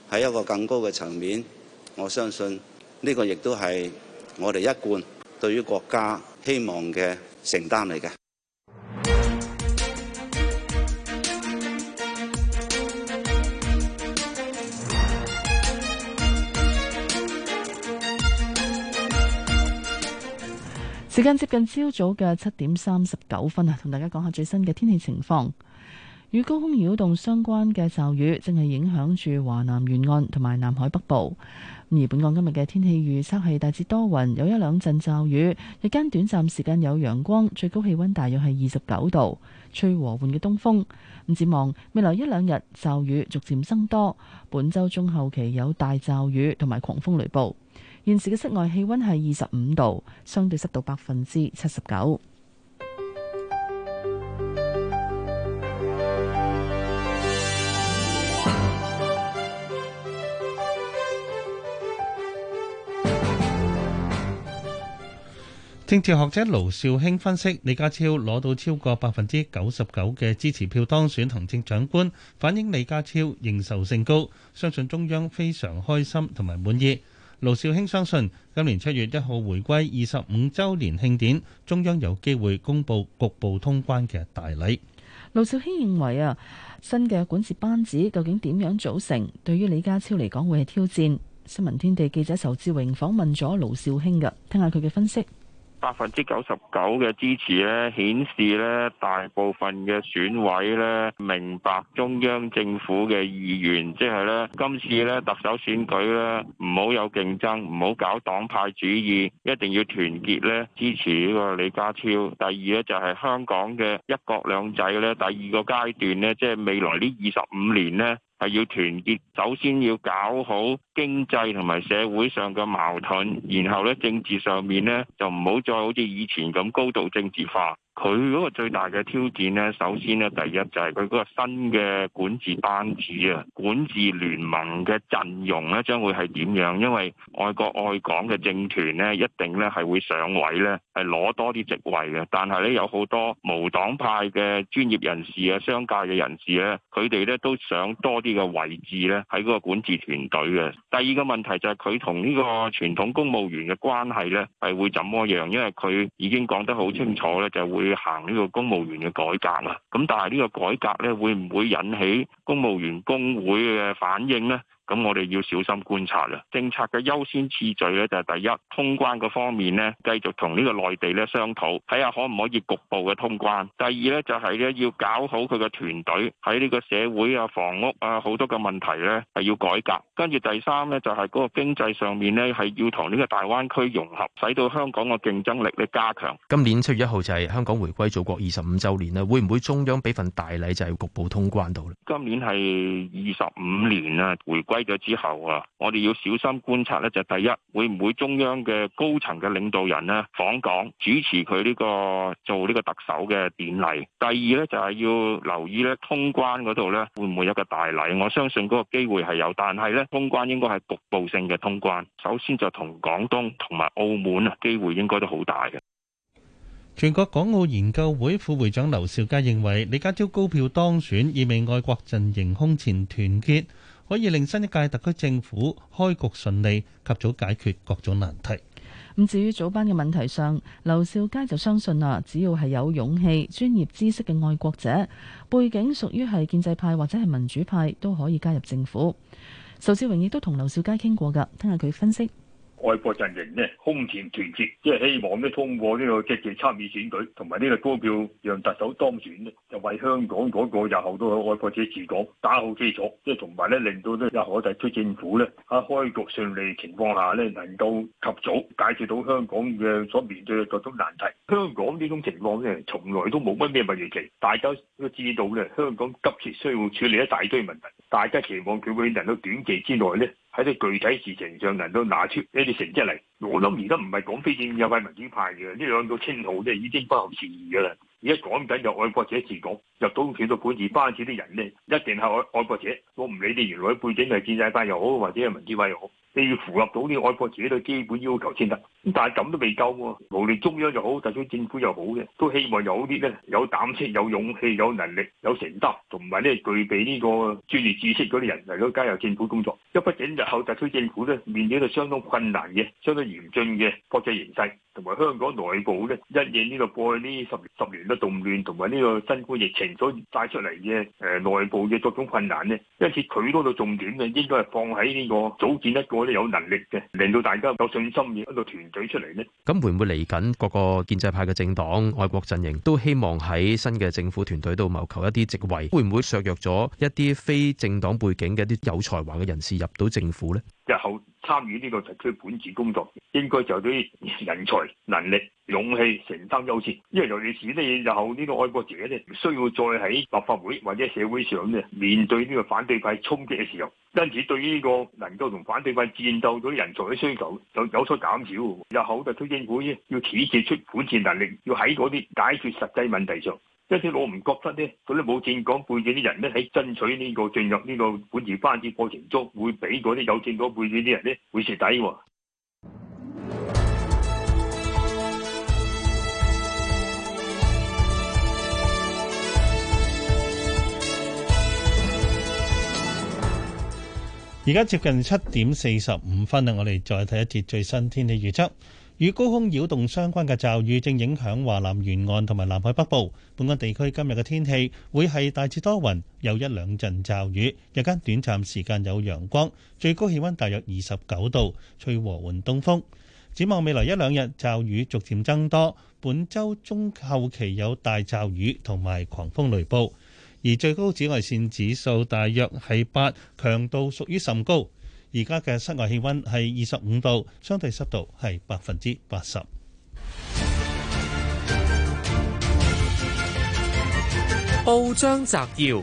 喺一個更高嘅層面，我相信呢個亦都係我哋一貫對於國家希望嘅承擔嚟嘅。 時間接近朝早嘅七點三十九分啊，同大家講下最新嘅天氣情況。與高空擾動相關嘅驟雨正係影響住華南沿岸同埋南海北部。而本港今日嘅天氣預測係大致多雲，有一兩陣驟雨，日間短暫時間有陽光，最高氣溫大約係二十九度，吹和緩嘅東風。咁展望未來一兩日驟雨逐漸增多，本週中後期有大驟雨同埋狂風雷暴。現時嘅室外氣溫係二十五度，相對濕度百分之七十九。 政治學者盧兆興分析，李家超攞到超過百分之九十九嘅支持票當選行政長官，反映李家超認受性高，相信中央非常開心同埋滿意。盧兆興相信今年七月一號回歸二十五週年慶典，中央有機會公布局部通關嘅大禮。 盧兆興認為啊，新嘅管治班子究竟點樣組成，對於李家超嚟講會係挑戰。新聞天地記者仇志榮訪問咗盧兆興㗎，聽下佢嘅分析。 百分之九十九嘅支持咧，顯示咧大部分嘅選委咧明白中央政府嘅意願，即係咧今次咧特首選舉咧唔好有競爭，唔好搞黨派主義，一定要團結咧支持呢個李家超。第二咧就係香港嘅一國兩制咧，第二個階段咧，即係未來呢二十五年咧。係要團結，首先要搞好經濟同埋社會上嘅矛盾，然後咧政治上面咧就唔好再好似以前咁高度政治化。佢嗰個最大嘅挑戰呢，首先呢，第一就係佢嗰個新嘅管治班子啊，管治聯盟嘅陣容呢將會係點樣？因為愛國愛港嘅政團呢，一定呢係會上位呢，係攞多啲職位嘅。但係呢，有好多無黨派嘅專業人士啊、商界嘅人士呢，佢哋呢都想多啲嘅位置呢喺嗰個管治團隊嘅。第二個問題就係佢同呢個傳統公務員嘅關係呢係會怎麼樣？因為佢已經講得好清楚呢，就會行呢個公務員嘅改革啦，咁但係呢個改革咧會唔會引起公務員工會嘅反應呢？咁我哋要小心觀察啦。政策嘅優先次序咧就係第一，通關嗰方面呢，繼續同呢個內地咧商討，睇下可唔可以局部嘅通關。第二咧就係咧要搞好佢嘅團隊喺呢個社會啊、房屋啊好多嘅問題咧係要改革。跟住第三咧就係嗰個經濟上面咧係要同呢個大灣區融合，使到香港嘅競爭力咧加強。 今年七月一號就係香港回歸祖國二十五週年啦，會唔會中央俾份大禮就係局部通關到咧？ 今年係二十五年啊，回歸咗之後啊，我哋要小心觀察咧，就第一，會唔會中央嘅高層嘅領導人咧訪港主持佢呢個做呢個特首嘅典禮。第二咧就係要留意咧通關嗰度咧會唔會有一個大禮？我相信嗰個機會係有，但係咧通關應該係局部性嘅通關。首先就同廣東同埋澳門啊，機會應該都好大嘅。 全國港澳研究會副會長劉兆佳認為，李家超高票當選，意味愛國陣營空前團結，可以令新一屆特區政府開局順利，及早解決各種難題。 咁至於組班嘅問題上，劉兆佳就相信啊，只要係有勇氣、專業知識嘅愛國者，背景屬於係建制派或者係民主派，都可以加入政府。仇志榮亦都同劉兆佳傾過㗎，聽下佢分析。 愛國陣營呢，空前團結，即係希望呢通過呢個積極參與選舉，同埋呢個高票讓特首當選呢，就為香港嗰個日後都有愛國者治港打好基礎，即係同埋呢令到呢日後特區政府呢喺開局順利情況下呢，能夠及早解決到香港嘅所面對嘅各種難題。香港呢種情況呢，從來都冇乜咩蜜月期，大家都知道呢，香港急切需要處理一大堆問題，大家期望佢會能夠短期之內呢，喺啲具體事情上能夠拿出呢啲成績嚟。我諗而家唔係講非建制派民主派嘅呢兩個稱號咧，已經不合時宜噶啦。而家講緊就愛國者治港，入到選到管治班子啲人呢，一定係愛愛國者。我唔理你原來背景係建制派又好，或者係民主派又好，一你要符合到呢個愛國者嘅基本要求先得。咁但係咁都未夠喎，無論中央又好，特區政府又好嘅，都希望有啲咧有膽識、有勇氣、有能力、有承擔，同埋咧具備呢個專業知識嗰啲人嚟到加入政府工作。因為畢竟日後特區政府咧面對一個相當困難嘅、相當嚴峻嘅國際形勢，同埋香港內部咧因應呢個過去呢十十年嘅動亂同埋呢個新冠疫情所帶出嚟嘅誒內部嘅各種困難咧，因此佢嗰度重點咧應該係放喺呢個組建一個咧有能力嘅，令到大家有信心嘅一個團隊出嚟咧。 咁會唔會嚟緊各個建制派嘅政黨、愛國陣營都希望喺新嘅政府團隊度謀求一啲職位？會唔會削弱咗一啲非政黨背景嘅一啲有才華嘅人士入到政府咧？ 日後參與呢個特區管治工作，應該就對人才、能力、勇氣、承擔優先。因為尤其是呢，日後呢個愛國者咧，唔需要再喺立法會或者社會上咧面對呢個反對派衝擊嘅時候，因此對於呢個能夠同反對派戰鬥到人才嘅需求就有所減少。日後特區政府要體現出管治能力，要喺嗰啲解決實際問題上。因此我唔覺得咧，嗰啲冇政黨背景啲人咧喺爭取呢個進入呢個管治班子過程中，會比嗰啲有政黨背景啲人咧會蝕底喎。 而家接近七點四十五分啦，我哋再睇一節最新天氣預測。與高空擾動相關嘅驟雨正影響華南沿岸同埋南海北部。本港地區今日嘅天氣會係大致多雲，有一兩陣驟雨，日間短暫時間有陽光，最高氣溫大約二十九度，吹和緩東風。展望未來一兩日，驟雨逐漸增多，本週中後期有大驟雨同埋狂風雷暴，而最高紫外線指數大約係八，強度屬於甚高。而家嘅室外氣溫係二十五度，相對濕度係百分之八十。 報章摘要：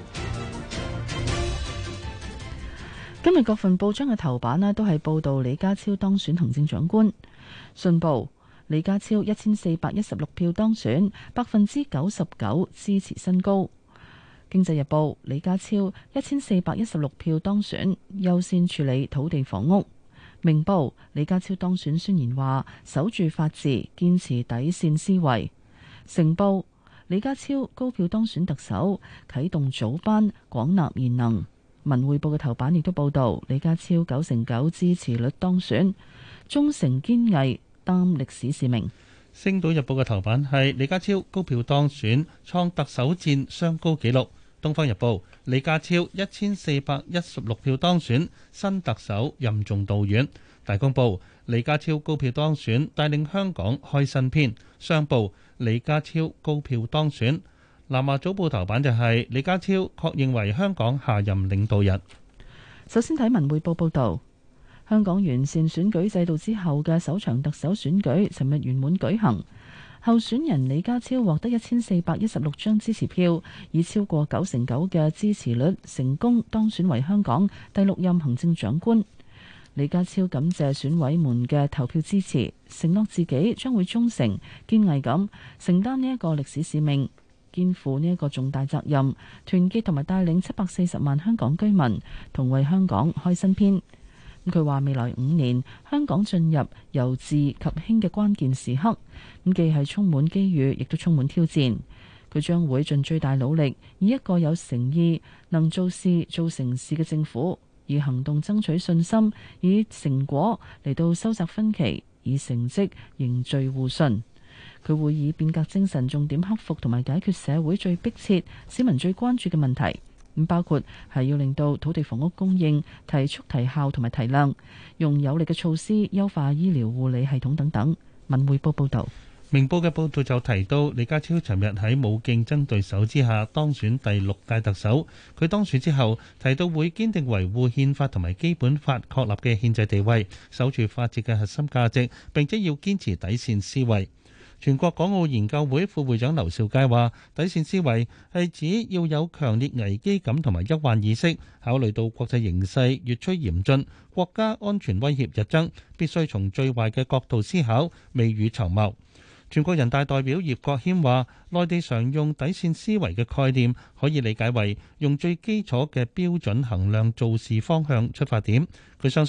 今日各份報章嘅頭版咧都係報道李家超當選行政長官。信報：李家超一千四百一十六票當選，百分之九十九支持新高。經濟日報：李家超一千四百一十六票當選，優先處理土地房屋。明報：李家超當選宣言話，守住法治，堅持底線思維。成報：李家超高票當選特首，啟動組班，廣納賢能。文匯報嘅頭版亦都報道，李家超九成九支持率當選，忠誠堅毅，擔歷史使命。 星島日報嘅頭版係李家超高票當選，創特首戰雙高紀錄。東方日報：李家超一千四百一十六票當選，新特首任重道遠。大公報：李家超高票當選，帶領香港開新篇。商報：李家超高票當選。南華早報頭版就係李家超確認為香港下任領導人。 首先睇文匯報報道，香港完善選舉制度之後嘅首場特首選舉，尋日圓滿舉行。候選人李家超獲得一千四百一十六張支持票，以超過九成九嘅支持率，成功當選為香港第六任行政長官。李家超感謝選委們嘅投票支持，承諾自己將會忠誠堅毅咁承擔呢一個歷史使命，肩負呢一個重大責任，團結同埋帶領七百四十萬香港居民，同為香港開新篇。佢話未來五年香港進入由治及興嘅關鍵時刻，咁既係充滿機遇，亦都充滿挑戰。佢將會盡最大努力，以一個有誠意、能做事、做成事嘅政府，以行動爭取信心，以成果嚟到收窄分歧，以成績凝聚互信。佢會以變革精神，重點克服同埋解決社會最迫切、市民最關注嘅問題。咁包括係要令到土地房屋供應提速提效同埋提量，用有力嘅措施優化醫療護理系統等等。文匯報報道。 明報嘅報導就提到，李家超尋日喺冇競爭對手之下當選第六屆特首。佢當選之後提到會堅定維護憲法同埋基本法確立嘅憲制地位，守住法治嘅核心價值，並且要堅持底線思維。全國港澳研究會副會長劉兆佳話：底線思維係指要有強烈危機感同埋憂患意識，考慮到國際形勢越趨嚴峻，國家安全威脅日增，必須從最壞嘅角度思考，未雨綢繆。全國人大代表葉國謙話：內地常用底線思維嘅概念，可以理解為用最基礎嘅標準衡量做事方向出發點。佢相信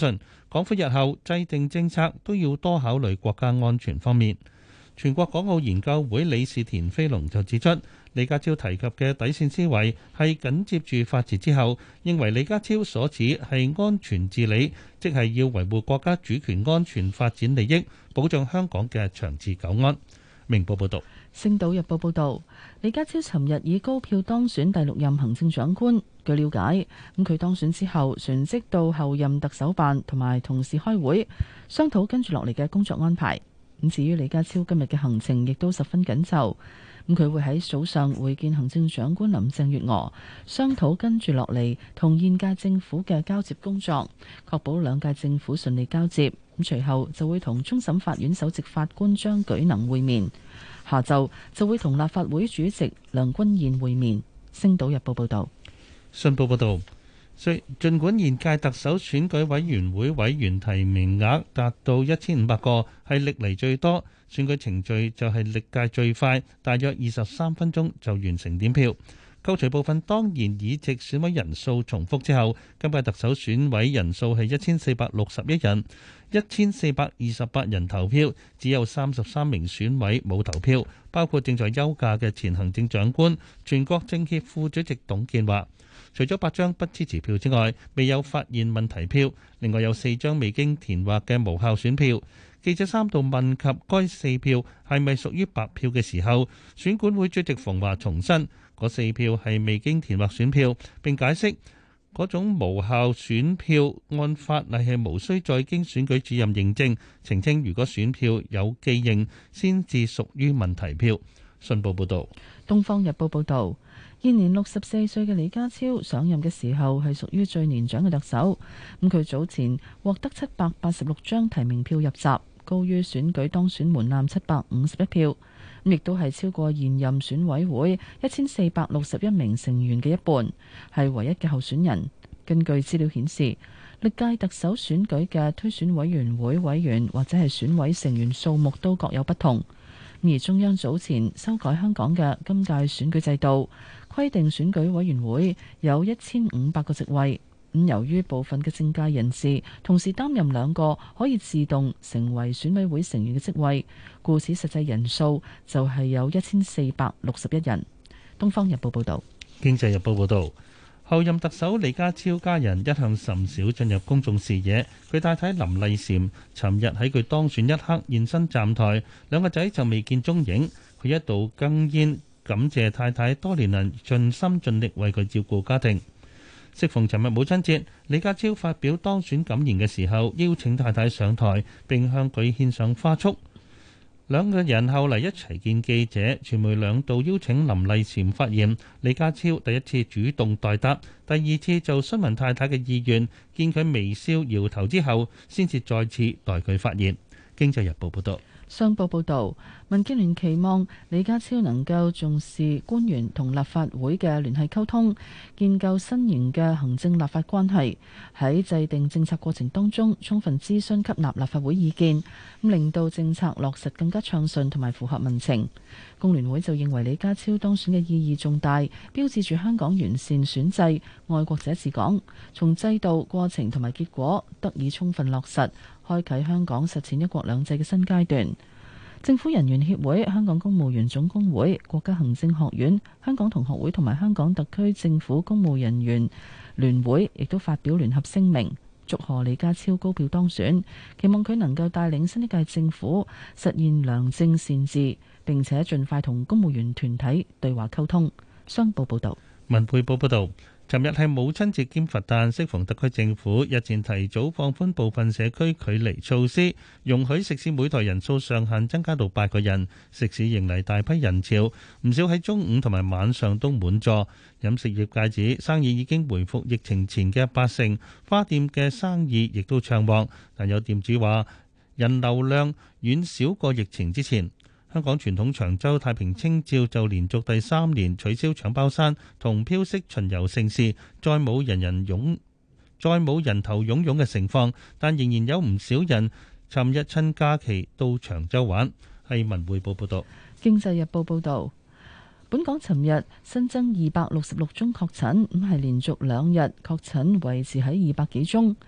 港府日後制定政策都要多考慮國家安全方面。全國港澳研究會理事田飛龍就指出，李家超提及嘅底線思維係緊接住法治之後，認為李家超所指係安全治理，即係要維護國家主權安全發展利益，保障香港嘅長治久安。明報報道。 星島日報報道，李家超尋日以高票當選第六任行政長官。據了解，咁佢當選之後，旋即到後任特首辦同埋同事開會，商討跟住落嚟嘅工作安排。咁至於李家超今日嘅行程亦都十分緊湊，咁佢會喺早上會見行政長官林鄭月娥，商討跟住落嚟同現屆政府嘅交接工作，確保兩屆政府順利交接。咁隨後就會同終審法院首席法官張舉能會面，下晝就會同立法會主席梁君彥會面。星島日報報道。 信報報導，雖儘管現屆特首選舉委員會委員提名額達到一千五百個，係歷嚟最多，選舉程序就係歷屆最快，大約二十三分鐘就完成點票。扣除部分當然議席選委人數重複之後，今屆特首選委人數係一千四百六十一人，一千四百二十八人投票，只有三十三名選委冇投票，包括正在休假嘅前行政長官、全國政協副主席董建華。除咗八張不支持票之外，未有發現問題票，另外有四張未經填劃嘅無效選票。記者三度問及該四票係咪屬於白票嘅時候，選管會主席馮驊重申，嗰四票係未經填劃選票，並解釋嗰種無效選票按法例係無需再經選舉主任認證，澄清如果選票有記認，先至屬於問題票。信報報導。 東方日報報導，現年六十四歲嘅李家超上任嘅時候係屬於最年長嘅特首，咁佢早前獲得七百八十六張提名票入閘，高於選舉當選門檻七百五十一票，咁亦都係超過現任選委會一千四百六十一名成員嘅一半，係唯一嘅候選人。根據資料顯示，歷屆特首選舉嘅推選委員會委員或者係選委成員數目都各有不同。而中央早前修改香港嘅今屆選舉制度，規定選舉委員會有一千五百個席位。咁由於部分嘅政界人士同時擔任兩個可以自動成為選委會成員嘅職位，故此實際人數就係有一千四百六十一人。東方日報報道。 經濟日報報道。後任特首李家超家人一向甚少進入公眾視野，佢太太林麗嬋尋日喺佢當選一刻現身站台，兩個仔就未見蹤影。佢一度哽咽感謝太太多年嚟盡心盡力為佢照顧家庭。適逢尋日母親節，李家超發表當選感言嘅時候，邀請太太上台並向佢獻上花束。兩個人後嚟一齊見記者，傳媒兩度邀請林麗嬋發言，李家超第一次主動代答，第二次就詢問太太嘅意願，見佢微笑搖頭之後，先至再次代佢發言。經濟日報報道。 商報報導，民建聯期望李家超能夠重視官員同立法會嘅聯繫溝通，建構新型嘅行政立法關係，喺制定政策過程當中充分諮詢吸納立法會意見，咁令到政策落實更加暢順同埋符合民情。工聯會就認為李家超當選嘅意義重大，標誌住香港完善選制、愛國者治港，從制度、過程同埋結果得以充分落實，開啟香港實踐一國兩制嘅新階段。政府人員協會、香港公務員總工會、國家行政學院、香港同學會同埋香港特區政府公務人員聯會亦都發表聯合聲明，祝賀李家超高票當選，期望佢能夠帶領新一屆政府實現良政善治，並且盡快同公務員團體對話溝通。商報報道。 文匯報報道。尋日係母親節兼佛誕，適逢特區政府日前提早放寬部分社區距離措施，容許食肆每台人數上限增加到八個人，食肆迎嚟大批人潮，唔少喺中午同埋晚上都滿座。飲食業界指生意已經回復疫情前嘅八成，花店嘅生意亦都暢旺，但有店主話人流量遠少過疫情之前。香港傳統長洲太平清醮就連續第三年取消搶包山同飄色巡遊盛事，再冇人人湧，再冇人頭湧湧嘅情況，但仍然有唔少人尋日趁假期到長洲玩。係文匯報報道。 經濟日報報道，本港尋日新增二百六十六宗確診，咁係連續兩日確診維持喺二百幾宗。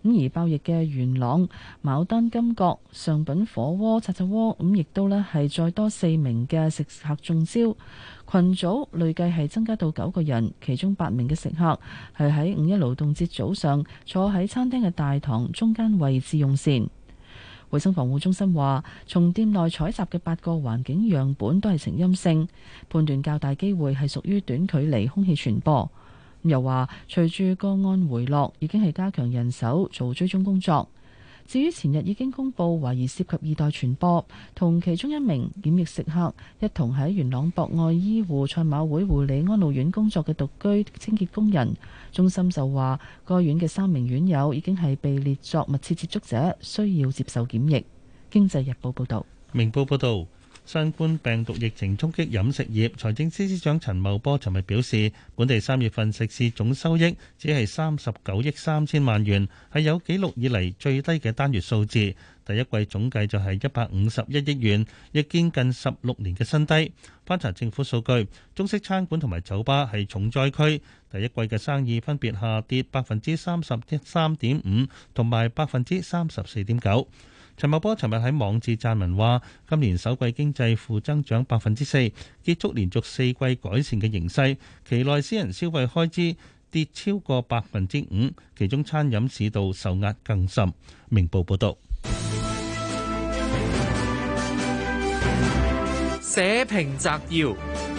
咁而爆疫嘅元朗牡丹金閣上品火鍋涮涮鍋，咁亦都呢係再多四名嘅食客中招，群組累計係增加到九個人，其中八名嘅食客係喺五一勞動節早上坐喺餐廳嘅大堂中間位置用膳。衛生防護中心話，從店內採集嘅八個環境樣本都係呈陰性，判斷較大機會係屬於短距離空氣傳播。又話，隨住個案回落，已經係加強人手做追蹤工作。至於前日已經公布懷疑涉及二代傳播，同其中一名檢疫食客一同喺元朗博愛醫護賽馬會護理安老院工作嘅獨居清潔工人，中心就話，該院嘅三名院友已經係被列作密切接觸者，需要接受檢疫。經濟日報報道。 明報報導。新冠病毒疫情衝擊飲食業，財政司司長陳茂波尋日表示，本地三月份食肆總收益只係三十九億三千萬元，係有紀錄以嚟最低嘅單月數字。第一季總計就係一百五十一億元，亦見近十六年嘅新低。翻查政府數據，中式餐館同埋酒吧係重災區，第一季嘅生意分別下跌百分之三十三點五同埋百分之三十四點九。陳茂波尋日喺網誌撰文話，今年首季經濟負增長百分之四，結束連續四季改善嘅形勢。期內私人消費開支跌超過百分之五，其中餐飲市道受壓更甚。明報報道。 社評摘要。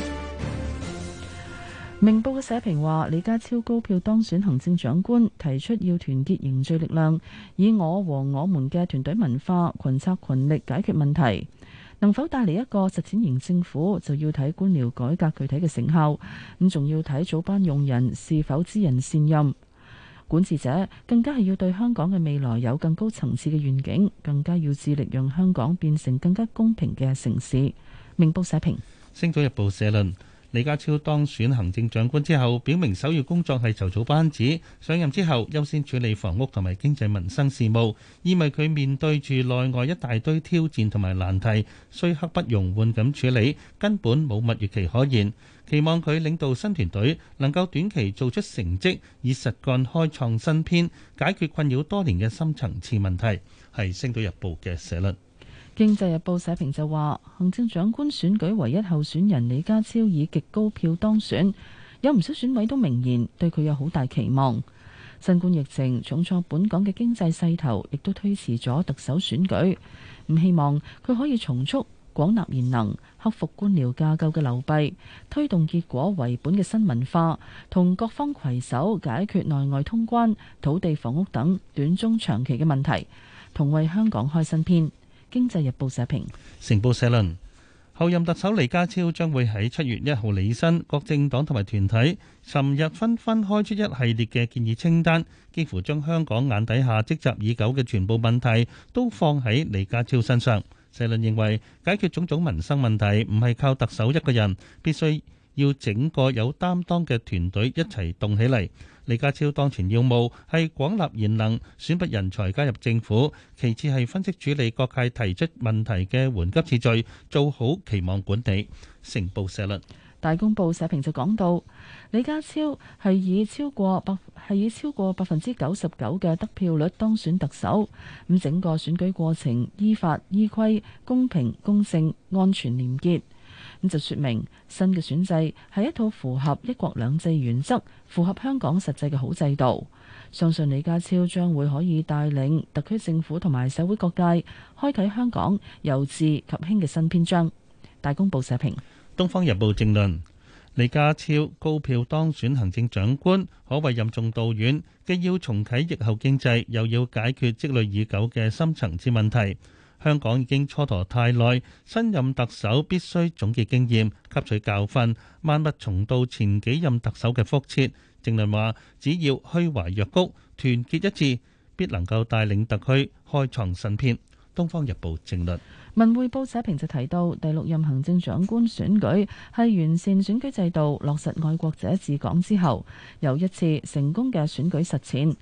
明報嘅社評話，李家超高票當選行政長官，提出要團結凝聚力量，以我和我們嘅團隊文化，群策群力解決問題。能否帶嚟一個實踐型政府，就要睇官僚改革具體嘅成效，咁仲要睇組班用人是否知人善任。管治者更加係要對香港嘅未來有更高層次嘅願景，更加要致力讓香港變成更加公平嘅城市。明報社評。 星島日報社論。李家超當選行政長官之後，表明首要工作係籌組班子，上任之後優先處理房屋同埋經濟民生事務，意味佢面對住內外一大堆挑戰同埋難題，需刻不容緩咁處理，根本冇蜜月期可言。期望佢領導新團隊能夠短期做出成績，以實幹開創新篇，解決困擾多年嘅深層次問題。係《星島日報》嘅社論。 經濟日報社評就話，行政長官選舉唯一候選人李家超以極高票當選，有唔少選委都明言對佢有好大期望。新冠疫情重創本港嘅經濟勢頭，亦都推遲咗特首選舉。唔希望佢可以重塑廣納賢能，克服官僚架構嘅流弊，推動結果為本嘅新文化，同各方攜手解決內外通關、土地、房屋等短中長期嘅問題，同為香港開新篇。經濟日報社評。 成報社論，候任特首李家超將會喺七月一號履新，各政黨同埋團體尋日紛紛開出一系列嘅建議清單，幾乎將香港眼底下積習已久嘅全部問題都放喺李家超身上。社論認為，解決種種民生問題唔係靠特首一個人，必須要整個有擔當嘅團隊一齊動起嚟。李家超當前要務係廣納賢能，選拔人才加入政府，其次係分析處理各界提出問題嘅緩急次序，做好期望管理。成報社論。 大公報社評就講到，李家超係以超過百係以超過百分之九十九嘅得票率當選特首，咁整個選舉過程依法依規、公平公正、安全廉潔。咁就說明新嘅選制係一套符合一國兩制原則、符合香港實際嘅好制度。相信李家超將會可以帶領特區政府同埋社會各界，開啟香港由治及興嘅新篇章。大公報社評。《 東方日報》正論：李家超高票當選行政長官，可謂任重道遠，既要重啟疫後經濟，又要解決積累已久嘅深層次問題。香港已經蹉跎太耐，新任特首必須總結經驗，吸取教訓，萬勿重蹈前幾任特首嘅覆轍。正論話：只要虛懷若谷，團結一致，必能夠帶領特區開創新篇。《東方日報》正論。 文匯報社評就提到，第六任行政長官選舉係完善選舉制度、落實愛國者治港之後，又一次成功嘅選舉實踐。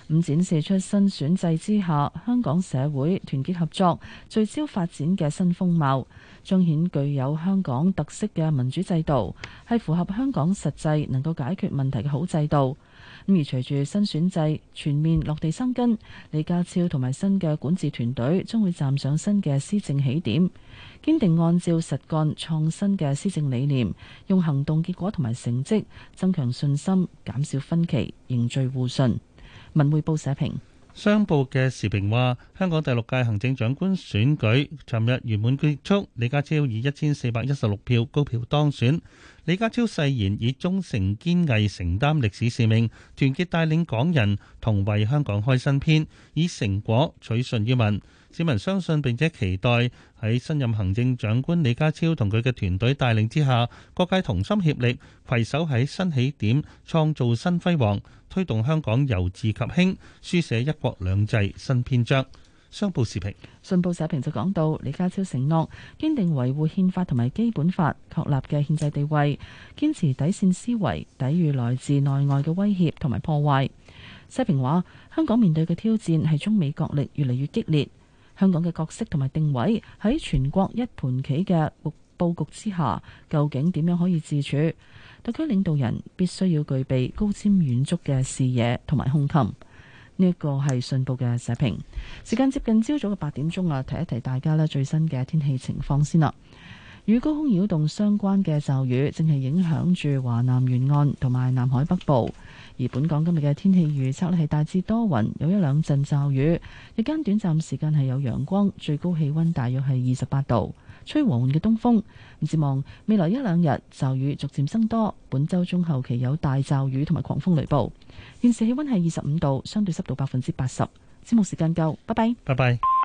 咁展示出新選制之下香港社會團結合作、聚焦發展嘅新風貌，彰顯具有香港特色嘅民主制度，係符合香港實際能夠解決問題嘅好制度。咁而隨住新選制全面落地生根，李家超同埋新嘅管治團隊將會站上新嘅施政起點，堅定按照實幹創新嘅施政理念，用行動結果同埋成績增強信心，減少分歧，凝聚互信。文匯報社評。 商報嘅時評話，香港第六屆行政長官選舉尋日圓滿結束，李家超以一千四百一十六票高票當選。李家超誓言以忠誠堅毅承擔歷史使命，團結帶領港人同為香港開新篇，以成果取信於民。市民相信並且期待喺新任行政長官李家超同佢嘅團隊帶領之下，各界同心協力，攜手喺新起點創造新輝煌，推動香港由治及興，書寫一國兩制新篇章。商報時評。 信報社評就講到，李家超承諾堅定維護憲法同埋基本法確立嘅憲制地位，堅持底線思維，抵禦來自內外嘅威脅同埋破壞。社評話，香港面對嘅挑戰係中美角力越嚟越激烈，香港嘅角色同埋定位喺全國一盤棋嘅佈局之下，究竟點樣可以自處？特區領導人必須要具備高瞻遠矚嘅視野同埋胸襟。呢一個係信報嘅社評。時間接近朝早嘅八點鐘啊，提一提大家咧最新嘅天氣情況先啦。與高空擾動相關嘅驟雨正係影響住華南沿岸同埋南海北部，而本港今日嘅天氣預測咧係大致多雲，有一兩陣驟雨，日間短暫時間係有陽光，最高氣溫大約係二十八度，吹和緩嘅東風。展望未來一兩日驟雨逐漸增多，本周中後期有大驟雨同埋狂風雷暴。現時氣溫係二十五度，相對濕度百分之八十。節目時間夠，拜拜。 拜拜。